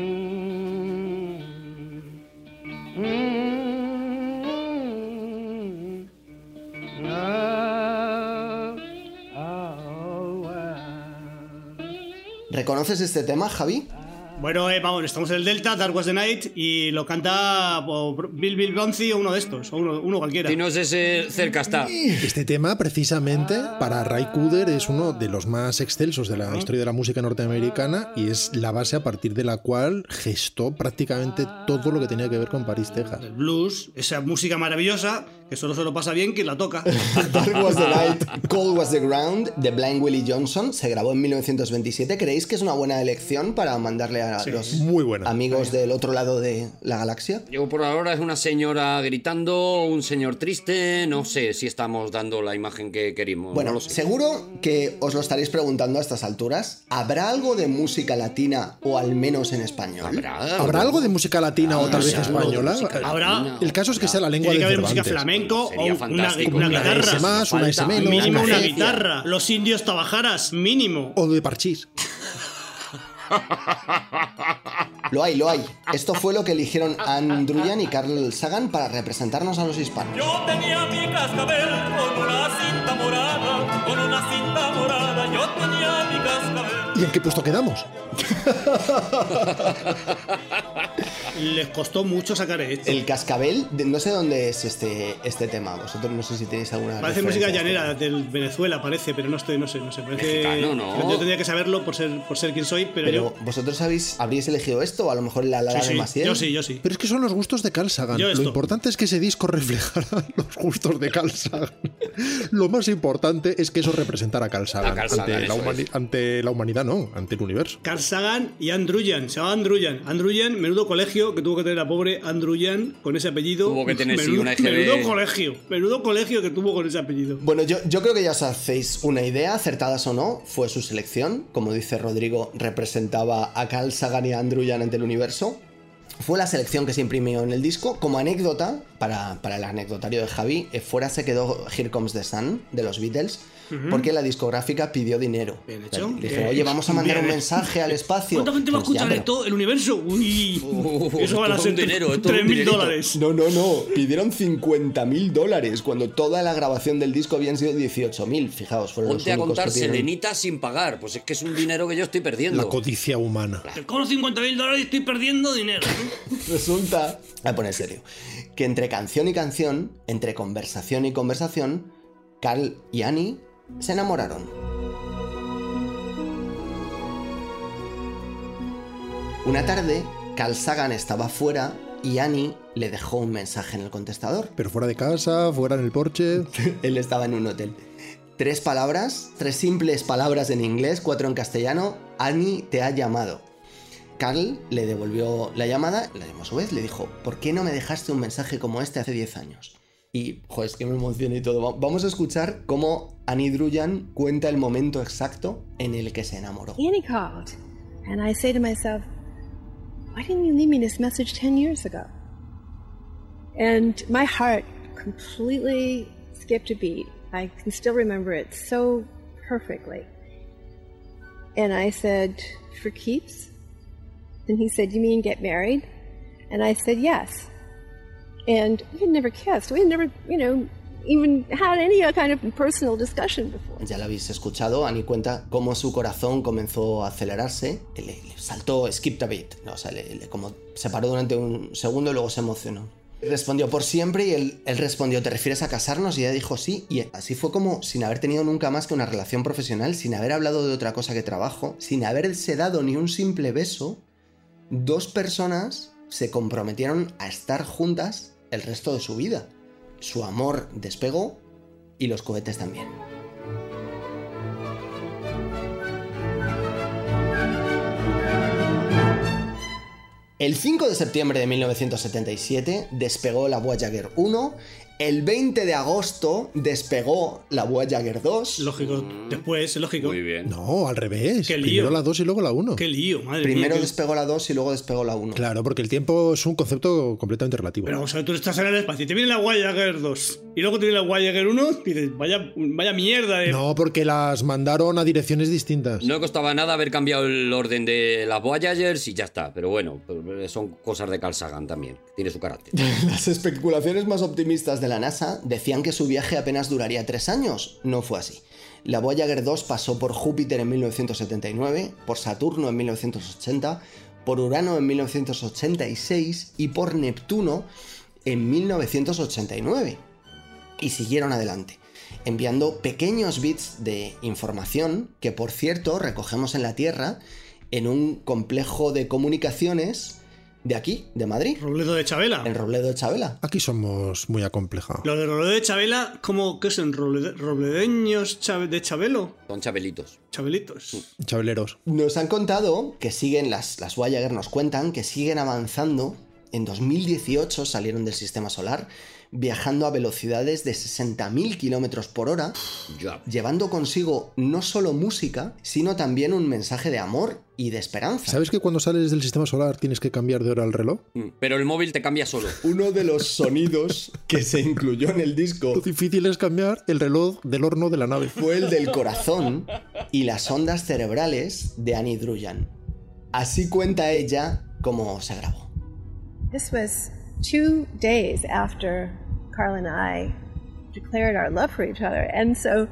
¿Reconoces este tema, Javi? Bueno, eh, vamos, estamos en el Delta, Dark Was the Night, y lo canta o Bill Bill Bonzi o uno de estos, o uno, uno cualquiera. Si no es ese, cerca está. Este tema, precisamente, para Ray Cooder es uno de los más excelsos de la historia de la música norteamericana y es la base a partir de la cual gestó prácticamente todo lo que tenía que ver con París, Texas. El blues, esa música maravillosa, que solo se lo pasa bien quien la toca. Dark Was the Night, Cold Was the Ground, de Blind Willie Johnson, se grabó en mil novecientos veintisiete. ¿Creéis que es una buena elección para mandarle a para Sí. los Muy buena. amigos del otro lado de la galaxia. Yo por ahora es una señora gritando, un señor triste, no sé si estamos dando la imagen que queríamos. Bueno, no lo sé. seguro que os lo estaréis preguntando a estas alturas. ¿Habrá algo de música latina o al menos en español? ¿Habrá, ¿Habrá algo de música latina o tal vez seguro, española? música Habrá- El caso es que sea la lengua Tiene que de haber música Cervantes. flamenco Sería o una, fantástico. una Una guitarra. S más, una S Falta menos. Mínimo una Una guitarra. Los indios tabajaras, mínimo. O de parchís. Lo hay, lo hay. Esto fue lo que eligieron Andruyan y Carl Sagan para representarnos a los hispanos. Yo tenía mi cascabel con una cinta morada, con una cinta morada, yo tenía mi cascabel. ¿Y en qué puesto quedamos? Les costó mucho sacar esto. El cascabel, de- no sé dónde es este, este tema. Vosotros no sé si tenéis alguna Parece referencia música a este llanera del Venezuela, parece, pero no estoy, no sé, no sé. Parece. Mexicano, ¿no? Yo tendría que saberlo por ser, por ser quien soy, pero, Pero yo. vosotros habéis, habríais elegido esto o a lo mejor la la Sí, de sí, Maciel. yo sí, yo sí. Pero es que son los gustos de Carl Sagan. Yo Lo esto. importante es que ese disco reflejara los gustos de Carl Sagan. Lo más importante es que eso representara a Carl Sagan. A Carl Sagan, ante, la eso humani- es. ante la humanidad, no, ante el universo. Carl Sagan y Andruyan. Se llamaba Andruyan. Andruyan, menudo colegio que tuvo que tener la pobre Andruyan con ese apellido. Tuvo que tener, sí, menudo, una E G B. menudo colegio. Menudo colegio que tuvo con ese apellido. Bueno, yo, yo creo que ya os hacéis una idea, acertadas o no, fue su selección. Como dice Rodrigo, representaba a Carl Sagan y a Andruyan ante el universo. Fue la selección que se imprimió en el disco. Como anécdota, para, para el anecdotario de Javi, eh, fuera se quedó Here Comes the Sun de los Beatles, porque la discográfica pidió dinero. Bien hecho. Le dijeron, Bien. oye, vamos a mandar Bien. un mensaje al espacio. ¿Cuánta gente va a Pues ya, escuchar pero- esto? ¿El universo? Uy. Uh, eso van a esto ser es un dinero, esto es un tres mil dinerito. dólares. No, no, no. Pidieron cincuenta mil dólares cuando toda la grabación del disco habían sido dieciocho mil. Fijaos, fueron Ponte los a únicos contar que pidieron. selenitas sin pagar. Pues es que es un dinero que yo estoy perdiendo. La codicia humana. Te cobro cincuenta mil dólares y estoy perdiendo dinero. Resulta, a poner serio, que entre canción y canción, entre conversación y conversación, Carl y Annie se enamoraron. Una tarde, Carl Sagan estaba fuera y Annie le dejó un mensaje en el contestador. Pero fuera de casa, fuera en el porche. Él estaba en un hotel. Tres palabras, tres simples palabras en inglés, cuatro en castellano. Annie te ha llamado. Carl le devolvió la llamada, la llamó a su vez, le dijo, ¿por qué no me dejaste un mensaje como este hace diez años? Y, joder, es que me emociona y todo. Va- Vamos a escuchar cómo Annie Druyan cuenta el momento exacto en el que se enamoró. Annie called, and I say to myself, why didn't you leave me this message ten years ago? And my heart completely skipped a beat. I can still remember it so perfectly. And I said, for keeps? And he said, you mean get married? And I said, yes. And we had never kissed. We had never, you know, even had any kind of personal discussion before. Ya la habéis escuchado, Annie cuenta cómo su corazón comenzó a acelerarse, le, le saltó skip a beat, no, o sea, le, le- como se paró durante un segundo y luego se emocionó. Respondió por siempre y él, él respondió, ¿te refieres a casarnos? Y ella dijo sí, y así fue como sin haber tenido nunca más que una relación profesional, sin haber hablado de otra cosa que trabajo, sin haberse dado ni un simple beso, dos personas se comprometieron a estar juntas el resto de su vida. Su amor despegó y los cohetes también. El cinco de septiembre de mil novecientos setenta y siete despegó la Voyager uno, el veinte de agosto despegó la Voyager dos. Lógico. Después, lógico. Muy bien. No, al revés. Qué lío. Primero la dos y luego la uno. Qué lío, madre Primero mía. qué- despegó la dos y luego despegó la uno. Claro, porque el tiempo es un concepto completamente relativo. Pero vamos a ver, tú estás en el espacio y te viene la Voyager dos y luego te viene la Voyager uno y dices, vaya, vaya mierda de... No, porque las mandaron a direcciones distintas. No costaba nada haber cambiado el orden de las Voyagers y ya está. Pero bueno, son cosas de Carl Sagan también. Tiene su carácter. Las especulaciones más optimistas de la NASA decían que su viaje apenas duraría tres años. No fue así. La Voyager dos pasó por Júpiter en mil novecientos setenta y nueve, por Saturno en mil novecientos ochenta, por Urano en mil novecientos ochenta y seis y por Neptuno en mil novecientos ochenta y nueve. Y siguieron adelante, enviando pequeños bits de información que, por cierto, recogemos en la Tierra en un complejo de comunicaciones de aquí, de Madrid. Robledo de Chabela. En Robledo de Chabela. Aquí somos muy acomplejados. Lo de Robledo de Chabela, ¿cómo qué son? Roblede- ¿Robledeños chabe- de Chabelo? Son chabelitos. Chabelitos. Chabeleros. Nos han contado que siguen, las, las Voyager nos cuentan que siguen avanzando. En dos mil dieciocho salieron del sistema solar, viajando a velocidades de sesenta mil kilómetros por hora, Ya. llevando consigo no solo música, sino también un mensaje de amor y de esperanza. ¿Sabes que cuando sales del sistema solar tienes que cambiar de hora el reloj? Mm, Pero el móvil te cambia solo. Uno de los sonidos que se incluyó en el disco Lo difícil es cambiar el reloj del horno de la nave. fue el del corazón y las ondas cerebrales de Annie Druyan. Así cuenta ella cómo se grabó. This was two days after Carl and I declared our love for each other. And so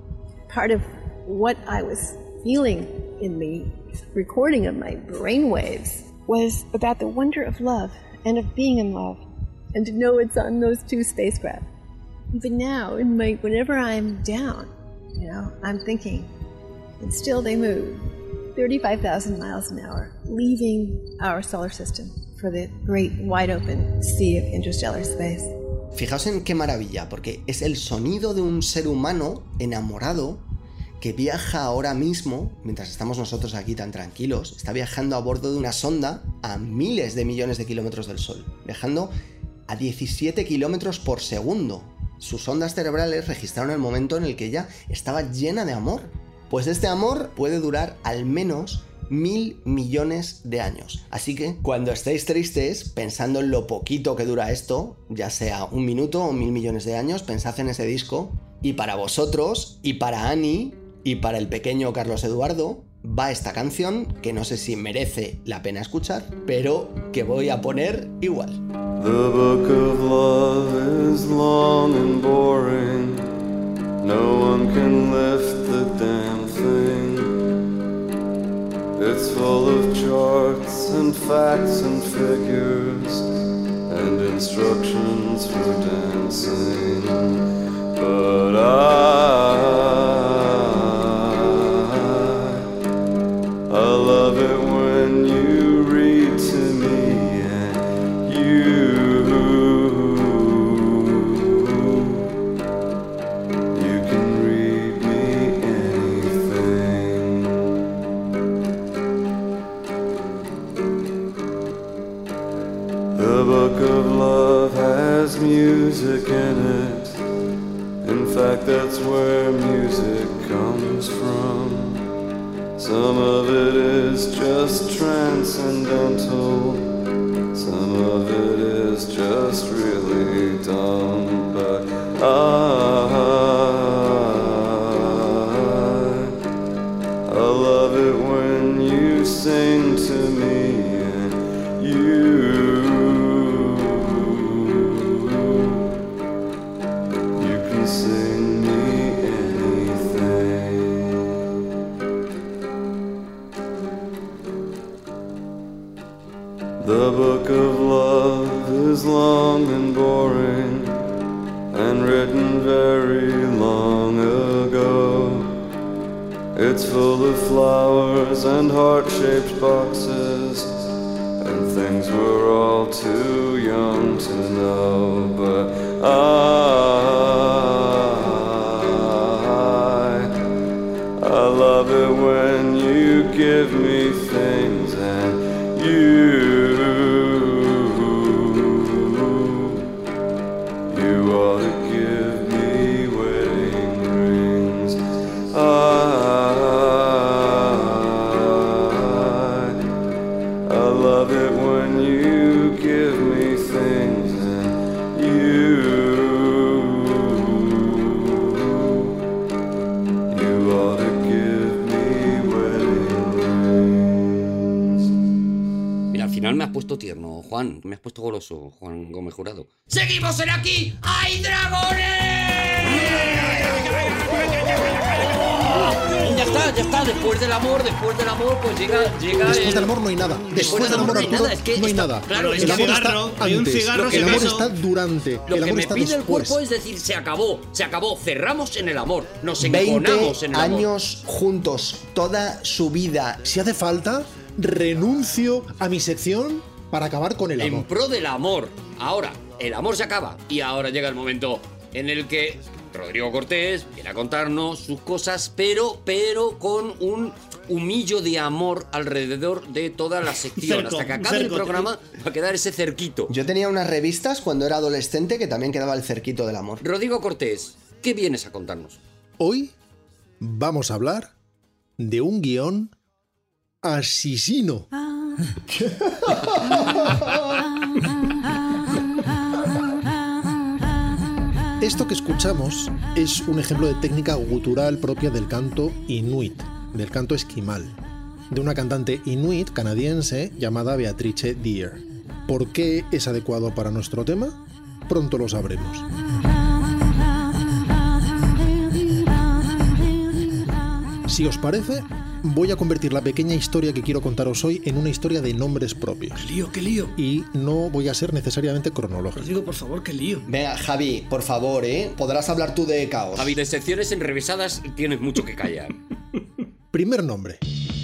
part of what I was feeling in the recording of my brainwaves was about the wonder of love and of being in love and to know it's on those two spacecraft. But now, in my, whenever I'm down, you know, I'm thinking, and still they move thirty-five thousand miles an hour, leaving our solar system for the great wide open sea of interstellar space. Fijaos en qué maravilla, porque es el sonido de un ser humano enamorado que viaja ahora mismo, mientras estamos nosotros aquí tan tranquilos, está viajando a bordo de una sonda a miles de millones de kilómetros del Sol, viajando a diecisiete kilómetros por segundo. Sus ondas cerebrales registraron el momento en el que ella estaba llena de amor. Pues este amor puede durar al menos mil millones de años. Así que cuando estéis tristes, pensando en lo poquito que dura esto, ya sea un minuto o mil millones de años, pensad en ese disco. Y para vosotros, y para Annie, y para el pequeño Carlos Eduardo, va esta canción que no sé si merece la pena escuchar, pero que voy a poner igual. The book of love is long and boring. No one can lift the damn thing. It's full of charts and facts and figures and instructions for dancing. But I, I love it when you read to me and you, you can read me anything. The book of love has music in it. In fact, that's where music comes from. Some of it is just transcendental. Some of it is just really dumb. But I, I love it when you sing to me and you, you can sing me anything. The book of love is long and boring and written very long ago. It's full of flowers and heart-shaped boxes and things we're all too young to know. But I, I love it when you give me things and you, you ought to give me wedding rings. I, I love it when you give me things and you, you ought to give me wedding rings. Mira, al final me has puesto tierno, Juan. Me has puesto goloso, Juan Gómez Jurado. ¡Seguimos en Aquí hay dragones! Ya está, ya está. Después del amor, después del amor, pues llega... llega Después el- del amor no hay nada. Después del amor, no hay Arturo, nada. Es que no hay está- nada. Claro, es El que amor está cigarro, hay un antes. cigarro El sin amor beso. está durante. Lo El que amor me está pide el después. cuerpo es decir, se acabó, se acabó, cerramos en el amor, nos veinte enconamos en el amor. años juntos, toda su vida. Si hace falta, renuncio a mi sección para acabar con el En amor. pro del amor. Ahora, el amor se acaba. Y ahora llega el momento en el que Rodrigo Cortés viene a contarnos sus cosas, pero, pero con un humillo de amor alrededor de toda la sección. Cerco, Hasta que acabe el cerco. programa va a quedar ese cerquito. Yo tenía unas revistas cuando era adolescente que también quedaba el cerquito del amor. Rodrigo Cortés, ¿qué vienes a contarnos? Hoy vamos a hablar de un guión asesino. Esto que escuchamos es un ejemplo de técnica gutural propia del canto inuit, del canto esquimal, de una cantante inuit canadiense llamada Beatrice Deer. ¿Por qué es adecuado para nuestro tema? Pronto lo sabremos. Si os parece, voy a convertir la pequeña historia que quiero contaros hoy en una historia de nombres propios. ¡Qué lío, qué lío! Y no voy a ser necesariamente cronológico. Rodrigo, por favor, qué lío. Venga, Javi, por favor, ¿eh? Podrás hablar tú de caos. Javi, de secciones enrevesadas tienes mucho que callar. Primer nombre.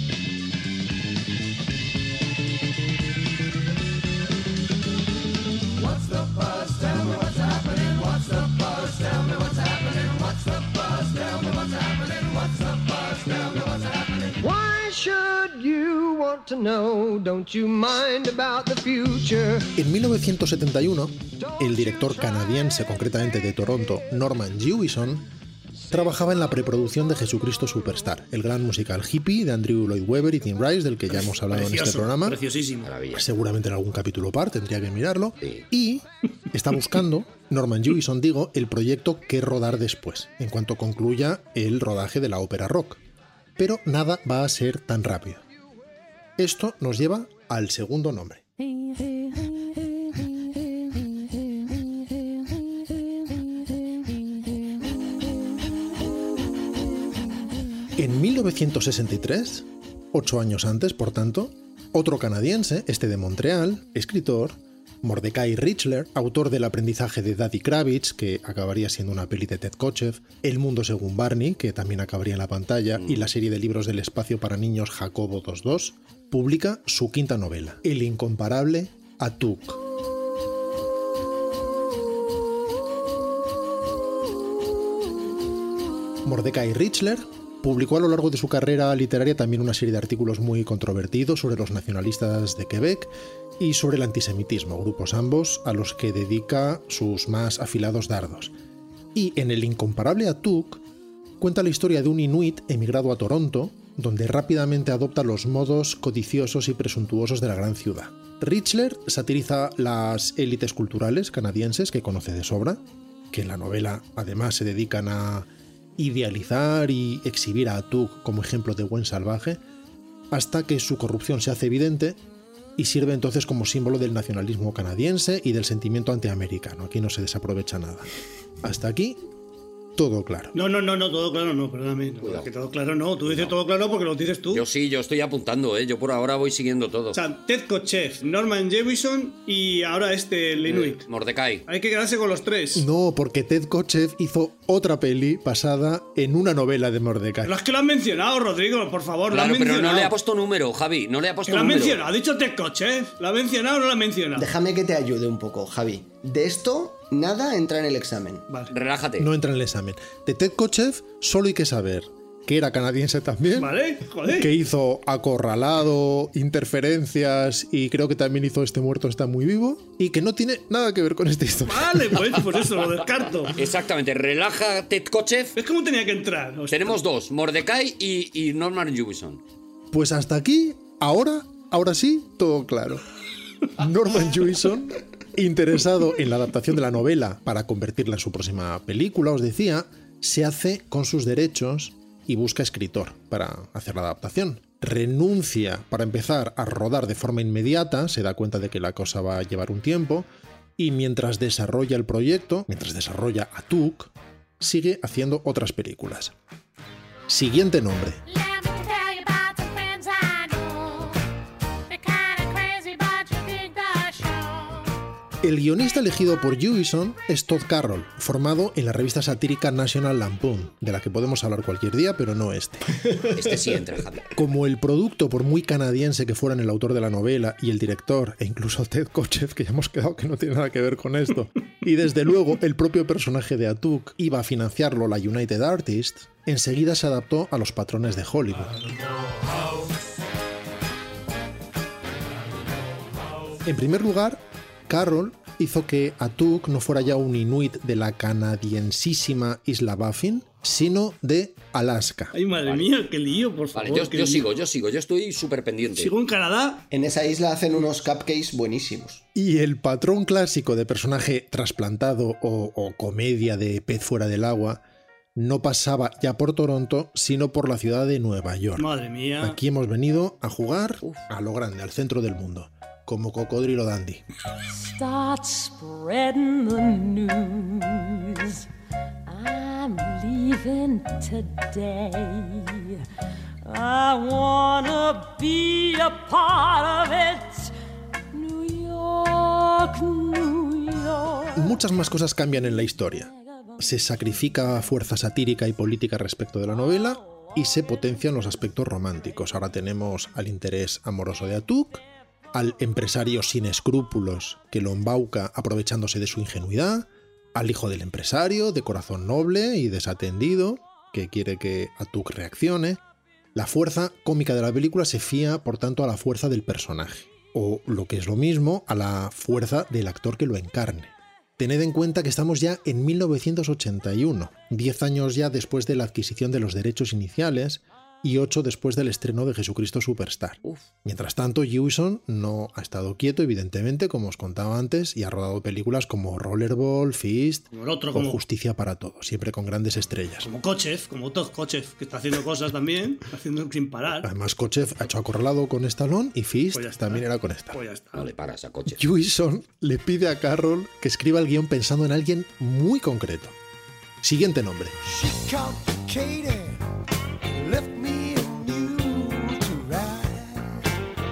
Why should you want to know? Don't you mind about the future? En mil novecientos setenta y uno, el director canadiense, concretamente de Toronto, Norman Jewison, trabajaba en la preproducción de Jesucristo Superstar, el gran musical hippie de Andrew Lloyd Webber y Tim Rice, del que ya hemos hablado en este Precioso, programa. Preciosísimo. Maravilla. Seguramente en algún capítulo par, tendría que mirarlo. Sí. Y está buscando, Norman Jewison, digo, el proyecto que rodar después, en cuanto concluya el rodaje de la ópera rock. Pero nada va a ser tan rápido. Esto nos lleva al segundo nombre. En mil novecientos sesenta y tres, ocho años antes, por tanto, otro canadiense, este de Montreal, escritor, Mordecai Richler, autor del aprendizaje de Daddy Kravitz, que acabaría siendo una peli de Ted Kotcheff, El mundo según Barney, que también acabaría en la pantalla, y la serie de libros del espacio para niños Jacobo veintidos, publica su quinta novela, El incomparable Atuk. Mordecai Richler publicó a lo largo de su carrera literaria también una serie de artículos muy controvertidos sobre los nacionalistas de Quebec y sobre el antisemitismo, grupos ambos a los que dedica sus más afilados dardos. Y en El incomparable Atuk cuenta la historia de un inuit emigrado a Toronto, donde rápidamente adopta los modos codiciosos y presuntuosos de la gran ciudad. Richler satiriza las élites culturales canadienses que conoce de sobra, que en la novela además se dedican a idealizar y exhibir a Atuk como ejemplo de buen salvaje, hasta que su corrupción se hace evidente y sirve entonces como símbolo del nacionalismo canadiense y del sentimiento antiamericano. Aquí no se desaprovecha nada. Hasta aquí, todo claro. No, no, no, no, todo claro no, perdóname. No, que todo claro no, tú dices todo claro porque lo dices tú. Yo sí, yo estoy apuntando, ¿eh? Yo por ahora voy siguiendo todo. O sea, Ted Kotcheff, Norman Jewison y ahora este, el Inuit. Eh, Mordecai. Hay que quedarse con los tres. No, porque Ted Kotcheff hizo otra peli basada en una novela de Mordecai. Los que lo han mencionado, Rodrigo, por favor, lo Claro, han pero mencionado. no le ha puesto número, Javi. No le ha Que puesto lo ha número. mencionado, ha dicho Ted Kotcheff. ¿Lo ha mencionado o no lo ha mencionado? Déjame que te ayude un poco, Javi. De esto, nada entra en el examen. Vale. Relájate. No entra en el examen. De Ted Kotcheff solo hay que saber que era canadiense también, Vale, joder. que hizo Acorralado, Interferencias y creo que también hizo Este muerto está muy vivo y que no tiene nada que ver con esta historia. Vale, pues, pues eso, lo descarto. Exactamente. Relaja Ted Kotcheff. Es como tenía que entrar. O sea, Tenemos dos, Mordecai y, y Norman Jewison. Pues hasta aquí, ahora, ahora sí, todo claro. Norman Jewison, interesado en la adaptación de la novela para convertirla en su próxima película, os decía, se hace con sus derechos y busca escritor para hacer la adaptación. Renuncia para empezar a rodar de forma inmediata, se da cuenta de que la cosa va a llevar un tiempo, y mientras desarrolla el proyecto, mientras desarrolla Atuk, sigue haciendo otras películas. Siguiente nombre. Let me tell you about some friends I know. They're kinda crazy, but you dig the show. El guionista elegido por Jewison es Todd Carroll, formado en la revista satírica National Lampoon, de la que podemos hablar cualquier día, pero no este. Este sí entra, Javier. Como el producto, por muy canadiense que fueran el autor de la novela y el director, e incluso Ted Kotcheff, que ya hemos quedado que no tiene nada que ver con esto, y desde luego el propio personaje de Atuk iba a financiarlo la United Artists, enseguida se adaptó a los patrones de Hollywood. En primer lugar, Carroll hizo que Atuk no fuera ya un inuit de la canadiensísima isla Baffin, sino de Alaska. Ay, madre Vale. mía, qué lío, por favor. Vale, yo, qué yo lío. sigo, yo sigo, yo estoy súper pendiente. Sigo en Canadá. En esa isla hacen unos cupcakes buenísimos. Y el patrón clásico de personaje trasplantado o, o comedia de pez fuera del agua no pasaba ya por Toronto, sino por la ciudad de Nueva York. Madre mía. Aquí hemos venido a jugar a lo grande, al centro del mundo, como Cocodrilo Dandy. Start spreading the news. I'm leaving today. I wanna be a part of it. New York, New York. Muchas más cosas cambian en la historia. Se sacrifica fuerza satírica y política respecto de la novela y se potencian los aspectos románticos. Ahora tenemos al interés amoroso de Atuk, al empresario sin escrúpulos que lo embauca aprovechándose de su ingenuidad, al hijo del empresario, de corazón noble y desatendido, que quiere que Atuk reaccione. La fuerza cómica de la película se fía, por tanto, a la fuerza del personaje, o, lo que es lo mismo, a la fuerza del actor que lo encarne. Tened en cuenta que estamos ya en mil novecientos ochenta y uno, diez años ya después de la adquisición de los derechos iniciales y ocho después del estreno de Jesucristo Superstar. Uf. Mientras tanto, Jewison no ha estado quieto, evidentemente, como os contaba antes, y ha rodado películas como Rollerball, Fist Como el otro, o como- Justicia para Todos, siempre con grandes estrellas. Como Kotcheff, como Todd Kotcheff, que está haciendo cosas también, está haciendo sin parar. Además, Kotcheff ha hecho Acorralado con Stallone y Fist Pues ya está. también era con Stallone. Pues ya está. No le paras a coche. Jewison le pide a Carroll que escriba el guión pensando en alguien muy concreto. Siguiente nombre. She complicated, left me and you to ride.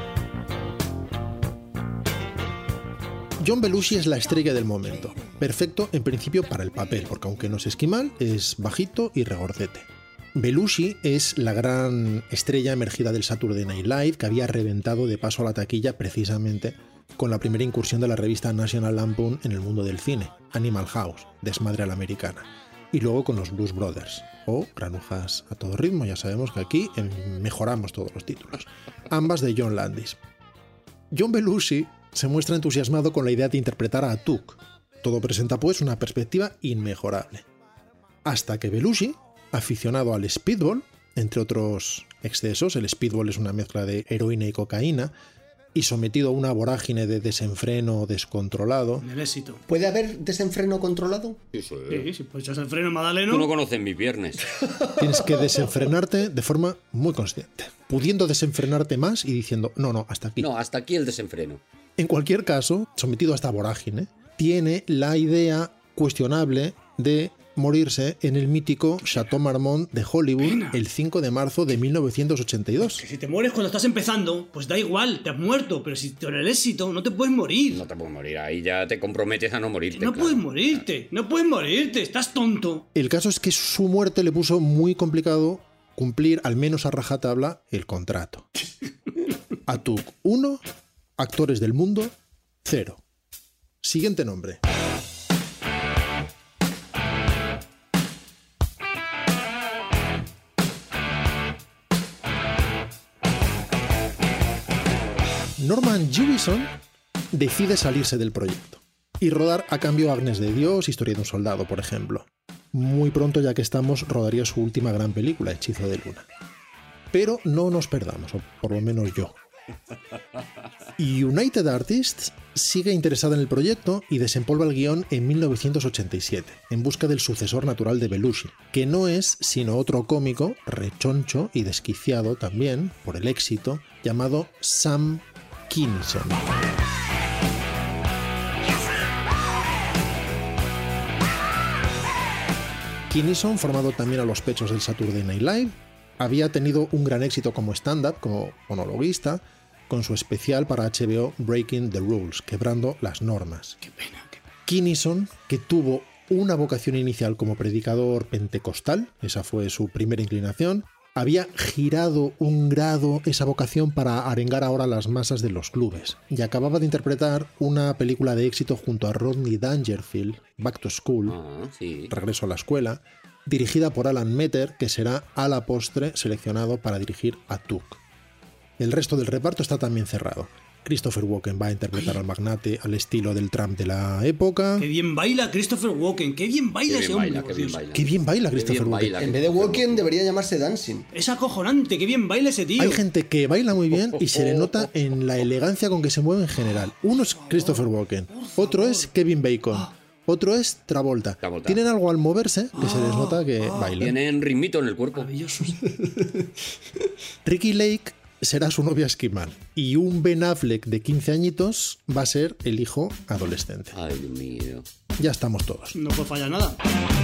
John Belushi es la estrella del momento. Perfecto en principio para el papel, porque aunque no es esquimal, es bajito y regordete. Belushi es la gran estrella emergida del Saturday Night Live que había reventado de paso a la taquilla precisamente con la primera incursión de la revista National Lampoon en el mundo del cine, Animal House, desmadre a la americana, y luego con los Blues Brothers, o Granujas a todo ritmo, ya sabemos que aquí em, mejoramos todos los títulos, ambas de John Landis. John Belushi se muestra entusiasmado con la idea de interpretar a Atuk. Todo presenta pues una perspectiva inmejorable. Hasta que Belushi, aficionado al speedball, entre otros excesos, el speedball es una mezcla de heroína y cocaína, y sometido a una vorágine de desenfreno descontrolado, En el éxito. ¿Puede haber desenfreno controlado? Sí, sí. Sí, si pues echas el freno, Madaleno. Tú no conoces mis viernes. tienes que desenfrenarte de forma muy consciente, pudiendo desenfrenarte más y diciendo, no, no, hasta aquí. No, hasta aquí el desenfreno. En cualquier caso, sometido a esta vorágine, tiene la idea cuestionable de morirse en el mítico Chateau Marmont de Hollywood el cinco de marzo de mil novecientos ochenta y dos. Que si te mueres cuando estás empezando, pues da igual, te has muerto. Pero si con el éxito no te puedes morir. No te puedes morir, ahí ya te comprometes a no morirte. No claro. puedes morirte, no puedes morirte, estás tonto. El caso es que su muerte le puso muy complicado cumplir, al menos a rajatabla, el contrato. Atuk uno, actores del mundo cero. Siguiente nombre. Norman Jewison decide salirse del proyecto y rodar a cambio Agnes de Dios, Historia de un soldado, por ejemplo. Muy pronto, ya que estamos, rodaría su última gran película, Hechizo de Luna. Pero no nos perdamos, o por lo menos yo. United Artists sigue interesada en el proyecto y desempolva el guión en mil novecientos ochenta y siete, en busca del sucesor natural de Belushi, que no es sino otro cómico, rechoncho y desquiciado también, por el éxito, llamado Sam Kinison. Kinison, formado también a los pechos del Saturday Night Live, había tenido un gran éxito como stand-up, como monologuista, con su especial para H B O Breaking the Rules, quebrando las normas. Qué pena, qué pena. Kinison, que tuvo una vocación inicial como predicador pentecostal, esa fue su primera inclinación, había girado un grado esa vocación para arengar ahora las masas de los clubes y acababa de interpretar una película de éxito junto a Rodney Dangerfield, Back to School, Ah, sí. Regreso a la escuela, dirigida por Alan Metter, que será a la postre seleccionado para dirigir a Tuk. El resto del reparto está también cerrado. Christopher Walken va a interpretar al magnate al estilo del Trump de la época. Qué bien baila Christopher Walken, qué bien baila Qué ese bien hombre. baila, por qué bien Dios. baila. Qué bien baila Qué bien Christopher Walken. baila. En vez de Walken debería llamarse Dancing. Es acojonante, qué bien baila ese tío. Hay gente que baila muy bien y se le nota en la elegancia con que se mueve en general. Uno es Christopher Walken, otro es Kevin Bacon, otro es Travolta. Travolta. Tienen algo al moverse que se les nota que bailan. Tienen ritmito en el cuerpo. Maravilloso. Ricky Lake será su novia esquimal y un Ben Affleck de quince añitos va a ser el hijo adolescente. Ay, Dios mío. Ya estamos todos. No puede fallar nada.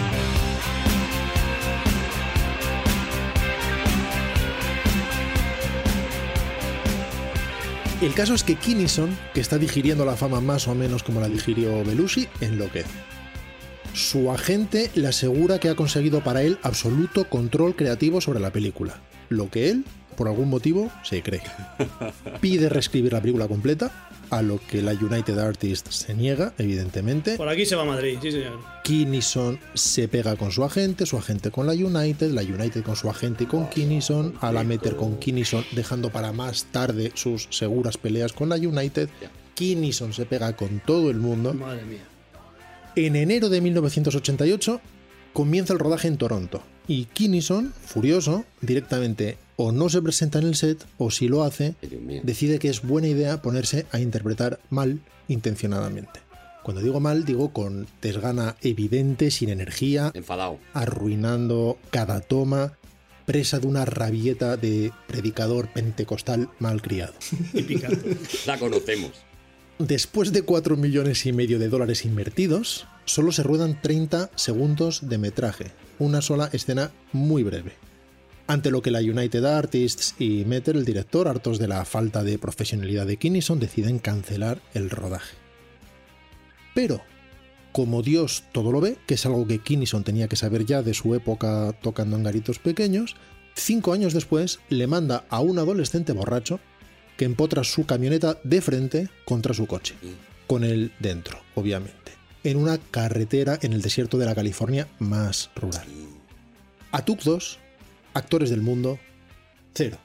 El caso es que Kinison, que está digiriendo la fama más o menos como la digirió Belushi, enloquece. Su agente le asegura que ha conseguido para él absoluto control creativo sobre la película, lo que él, por algún motivo, se cree. Pide reescribir la película completa, a lo que la United Artists se niega, evidentemente. Por aquí se va a Madrid, sí señor. Kinison se pega con su agente, su agente con la United, la United con su agente y con Kinison, a la Meter con Kinison, dejando para más tarde sus seguras peleas con la United. Kinison se pega con todo el mundo. Madre mía. En enero de mil novecientos ochenta y ocho comienza el rodaje en Toronto y Kinison, furioso, directamente o no se presenta en el set o si lo hace, Ay, Dios mío. decide que es buena idea ponerse a interpretar mal intencionadamente. Cuando digo mal, digo con desgana evidente, sin energía, Enfadado. arruinando cada toma, presa de una rabieta de predicador pentecostal malcriado. Y picando. La conocemos. Después de cuatro millones y medio de dólares invertidos, solo se ruedan treinta segundos de metraje, una sola escena muy breve. Ante lo que la United Artists y Meter, el director, hartos de la falta de profesionalidad de Kinison, deciden cancelar el rodaje. Pero, como Dios todo lo ve, que es algo que Kinison tenía que saber ya de su época tocando en garitos pequeños, cinco años después le manda a un adolescente borracho que empotra su camioneta de frente contra su coche, con él dentro, obviamente, en una carretera en el desierto de la California más rural. Atuk dos, actores del mundo, cero.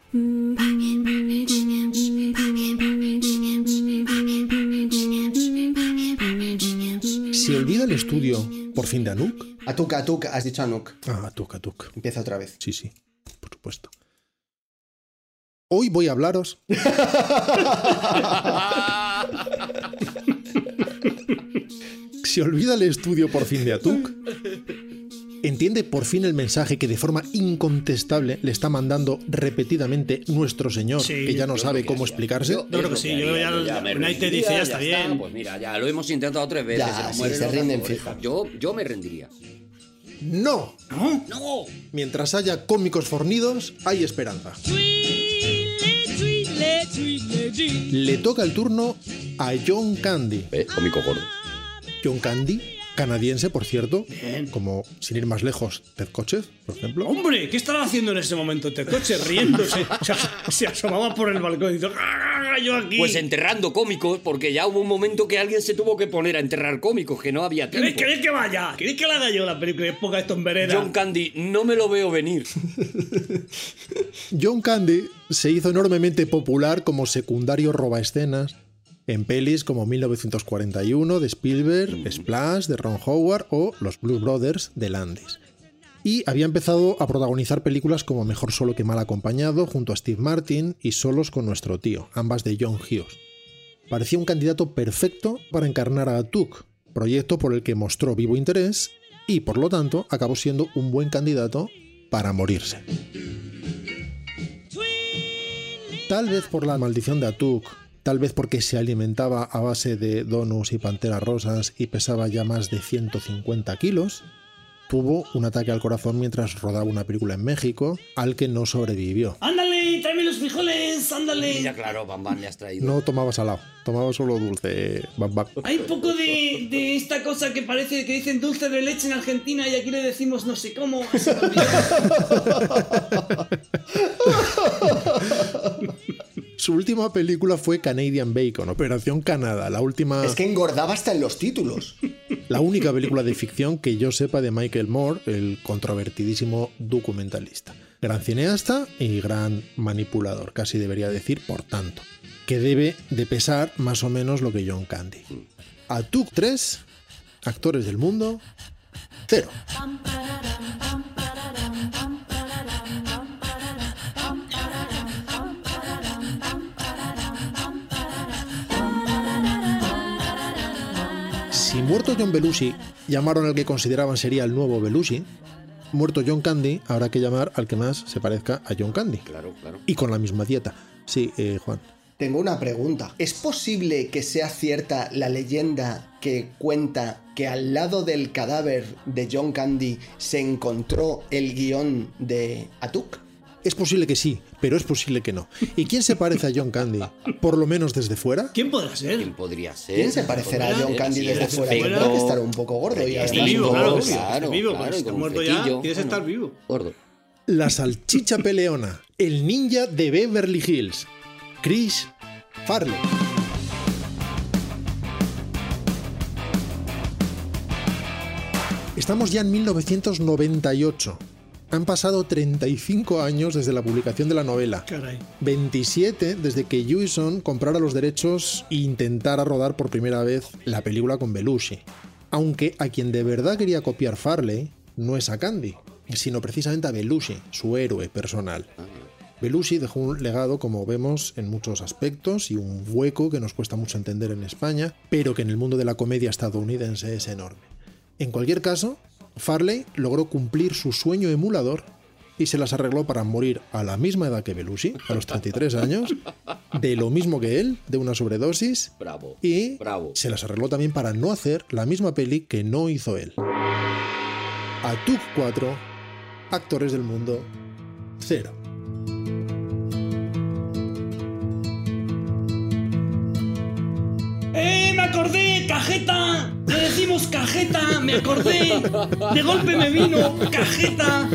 ¿Se olvida el estudio por fin de Anuk? Atuk, Atuk, has dicho Anuk. Ah, Atuk, Atuk. Empieza otra vez. Sí, sí, por supuesto. Hoy voy a hablaros se olvida el estudio por fin de Atuk. Entiende por fin el mensaje que de forma incontestable le está mandando repetidamente nuestro Señor, Sí, que ya no yo sabe creo que cómo sí. explicarse. Yo creo que sí, yo creo que ya el me United rendiría, dice, ya está bien. Pues mira, ya lo hemos intentado tres veces. Ya, se nos sí, mueren se los rinden actores. fijo. Yo, yo me rendiría. ¡No! ¿No? ¡No! Mientras haya cómicos fornidos, hay esperanza. Le toca el turno a John Candy. ¿Eh? Cómico gordo. John Candy, canadiense, por cierto, Bien. como, sin ir más lejos, Ted Kotcheff, por ejemplo. Hombre, ¿qué estará haciendo en ese momento este coche? Riéndose. O sea, se asomaba por el balcón y dijo, ¡ah, yo aquí! Pues enterrando cómicos, porque ya hubo un momento que alguien se tuvo que poner a enterrar cómicos, que no había tiempo. ¿Queréis, queréis que vaya? ¿Queréis que la haga yo la película de época esto en vereda? John Candy, no me lo veo venir. John Candy se hizo enormemente popular como secundario robaescenas en pelis como mil novecientos cuarenta y uno de Spielberg, Splash de Ron Howard o Los Blues Brothers de Landis. Y había empezado a protagonizar películas como Mejor solo que mal acompañado junto a Steve Martin y Solos con nuestro tío, ambas de John Hughes. Parecía un candidato perfecto para encarnar a Atuk, proyecto por el que mostró vivo interés y, por lo tanto, acabó siendo un buen candidato para morirse. Tal vez por la maldición de Atuk, tal vez porque se alimentaba a base de donuts y panteras rosas y pesaba ya más de ciento cincuenta kilos, tuvo un ataque al corazón mientras rodaba una película en México, al que no sobrevivió. ¡Ándale! ¡Tráeme los frijoles! ¡Ándale! Mira, claro, Bam Bam le has traído. No tomaba salado, tomaba solo dulce. Bam, bam. Hay un poco de, de esta cosa que parece que dicen dulce de leche en Argentina y aquí le decimos no sé cómo. Se me olvidó. Su última película fue Canadian Bacon, Operación Canadá, la última... Es que engordaba hasta en los títulos. La única película de ficción que yo sepa de Michael Moore, el controvertidísimo documentalista. Gran cineasta y gran manipulador, casi debería decir, por tanto. Que debe de pesar más o menos lo que John Candy. Atuk tres, actores del mundo, cero. Si muerto John Belushi llamaron al que consideraban sería el nuevo Belushi, muerto John Candy habrá que llamar al que más se parezca a John Candy. Claro, claro. Y con la misma dieta. Sí, eh, Juan. Tengo una pregunta. ¿Es posible que sea cierta la leyenda que cuenta que al lado del cadáver de John Candy se encontró el guión de Atuk? Es posible que sí, pero es posible que no. ¿Y quién se parece a John Candy? Por lo menos desde fuera. ¿Quién podrá ser? ¿Quién podría ser? ¿Quién se parecerá a John Candy desde fuera? Perfecto. Tendrá que estar un poco gordo y Está hasta vivo, un poco claro. gordo. Claro, Está vivo, claro, pues y está con un muerto ya. flequillo. Quieres Bueno, estar vivo. Gordo. La salchicha peleona, el ninja de Beverly Hills, Chris Farley. Estamos ya en mil novecientos noventa y ocho. Han pasado treinta y cinco años desde la publicación de la novela. Caray. veintisiete desde que Jewison comprara los derechos e intentara rodar por primera vez la película con Belushi. Aunque a quien de verdad quería copiar Farley no es a Candy, sino precisamente a Belushi, su héroe personal. Belushi dejó un legado, como vemos, en muchos aspectos y un hueco que nos cuesta mucho entender en España, pero que en el mundo de la comedia estadounidense es enorme. En cualquier caso, Farley logró cumplir su sueño emulador y se las arregló para morir a la misma edad que Belushi, a los treinta y tres años, de lo mismo que él, de una sobredosis, Bravo. y Bravo. se las arregló también para no hacer la misma peli que no hizo él. Atuk cuatro, actores del mundo, cero. ¡Eh! ¡Me acordé! ¡Cajeta! Le decimos cajeta, me acordé. De golpe me vino cajeta.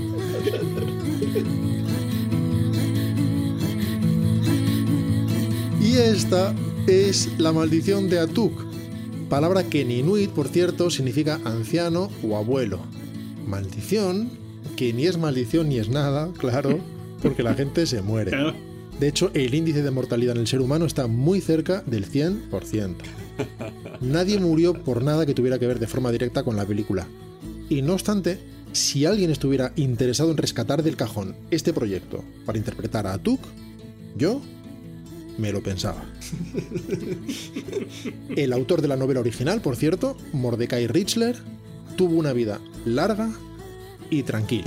Y esta es la maldición de Atuk, palabra que en inuit, por cierto, significa anciano o abuelo. Maldición, que ni es maldición ni es nada, claro, porque la gente se muere. De hecho, el índice de mortalidad en el ser humano está muy cerca del cien por ciento. Nadie murió por nada que tuviera que ver de forma directa con la película. Y no obstante, si alguien estuviera interesado en rescatar del cajón este proyecto para interpretar a Atuk, yo me lo pensaba. El autor de la novela original, por cierto, Mordecai Richler, tuvo una vida larga y tranquila.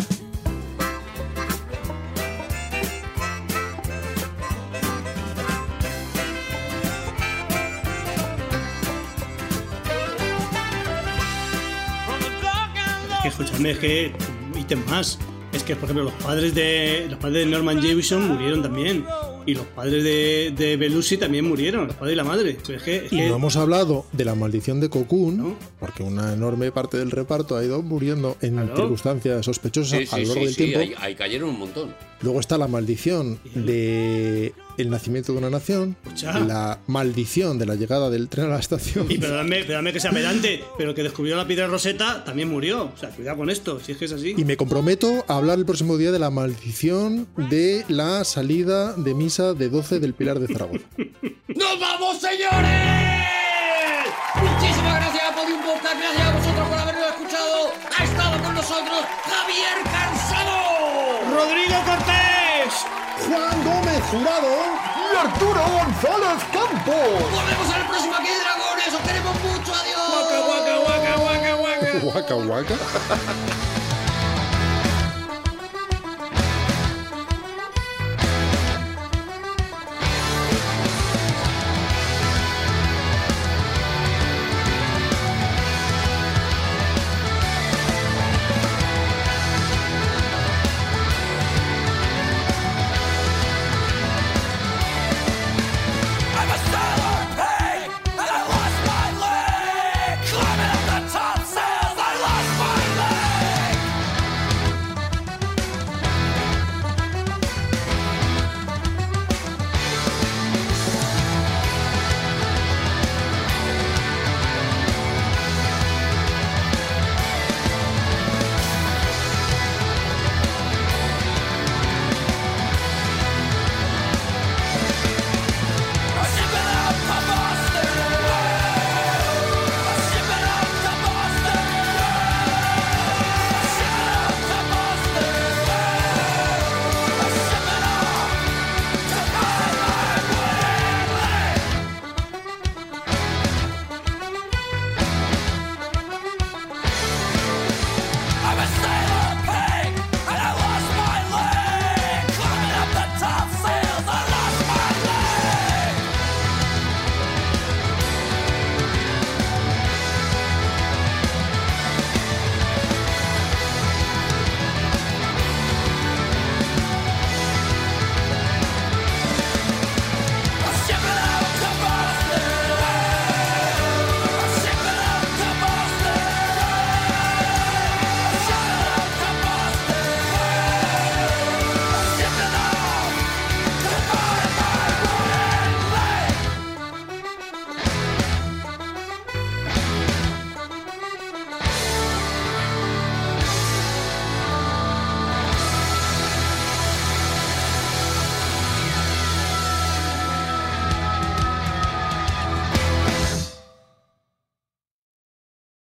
Es que escúchame, es que ítem más. Es que, por ejemplo, los padres de los padres de Norman Jewison murieron también. Y los padres de, de Belushi también murieron, los padres y la madre. Pero es que, es Y que- no hemos hablado de la maldición de Cocoon, ¿no? porque una enorme parte del reparto ha ido muriendo en Claro. circunstancias sospechosas Sí, sí, a lo largo sí, del sí, tiempo. ahí, ahí cayeron un montón. Luego está la maldición de el nacimiento de una nación, Escucha. la maldición de la llegada del tren a la estación. Y perdóname, perdóname que sea pedante, pero el que descubrió la piedra Rosetta también murió. O sea, cuidado con esto, si es que es así. Y me comprometo a hablar el próximo día de la maldición de la salida de misa de doce del Pilar de Zaragoza. ¡Nos vamos, señores! Muchísimas gracias a Podium Podcast, gracias a vosotros por habernos escuchado. Ha estado con nosotros Javier Cansado. ¡Rodrigo Cortés! Juan Gómez Jurado ¡Y Arturo González Campos! Volvemos al próximo Aquí hay Dragones. Os queremos mucho. Adiós. ¡Guaca, guaca, guaca, guaca, guaca! Guaca, guaca.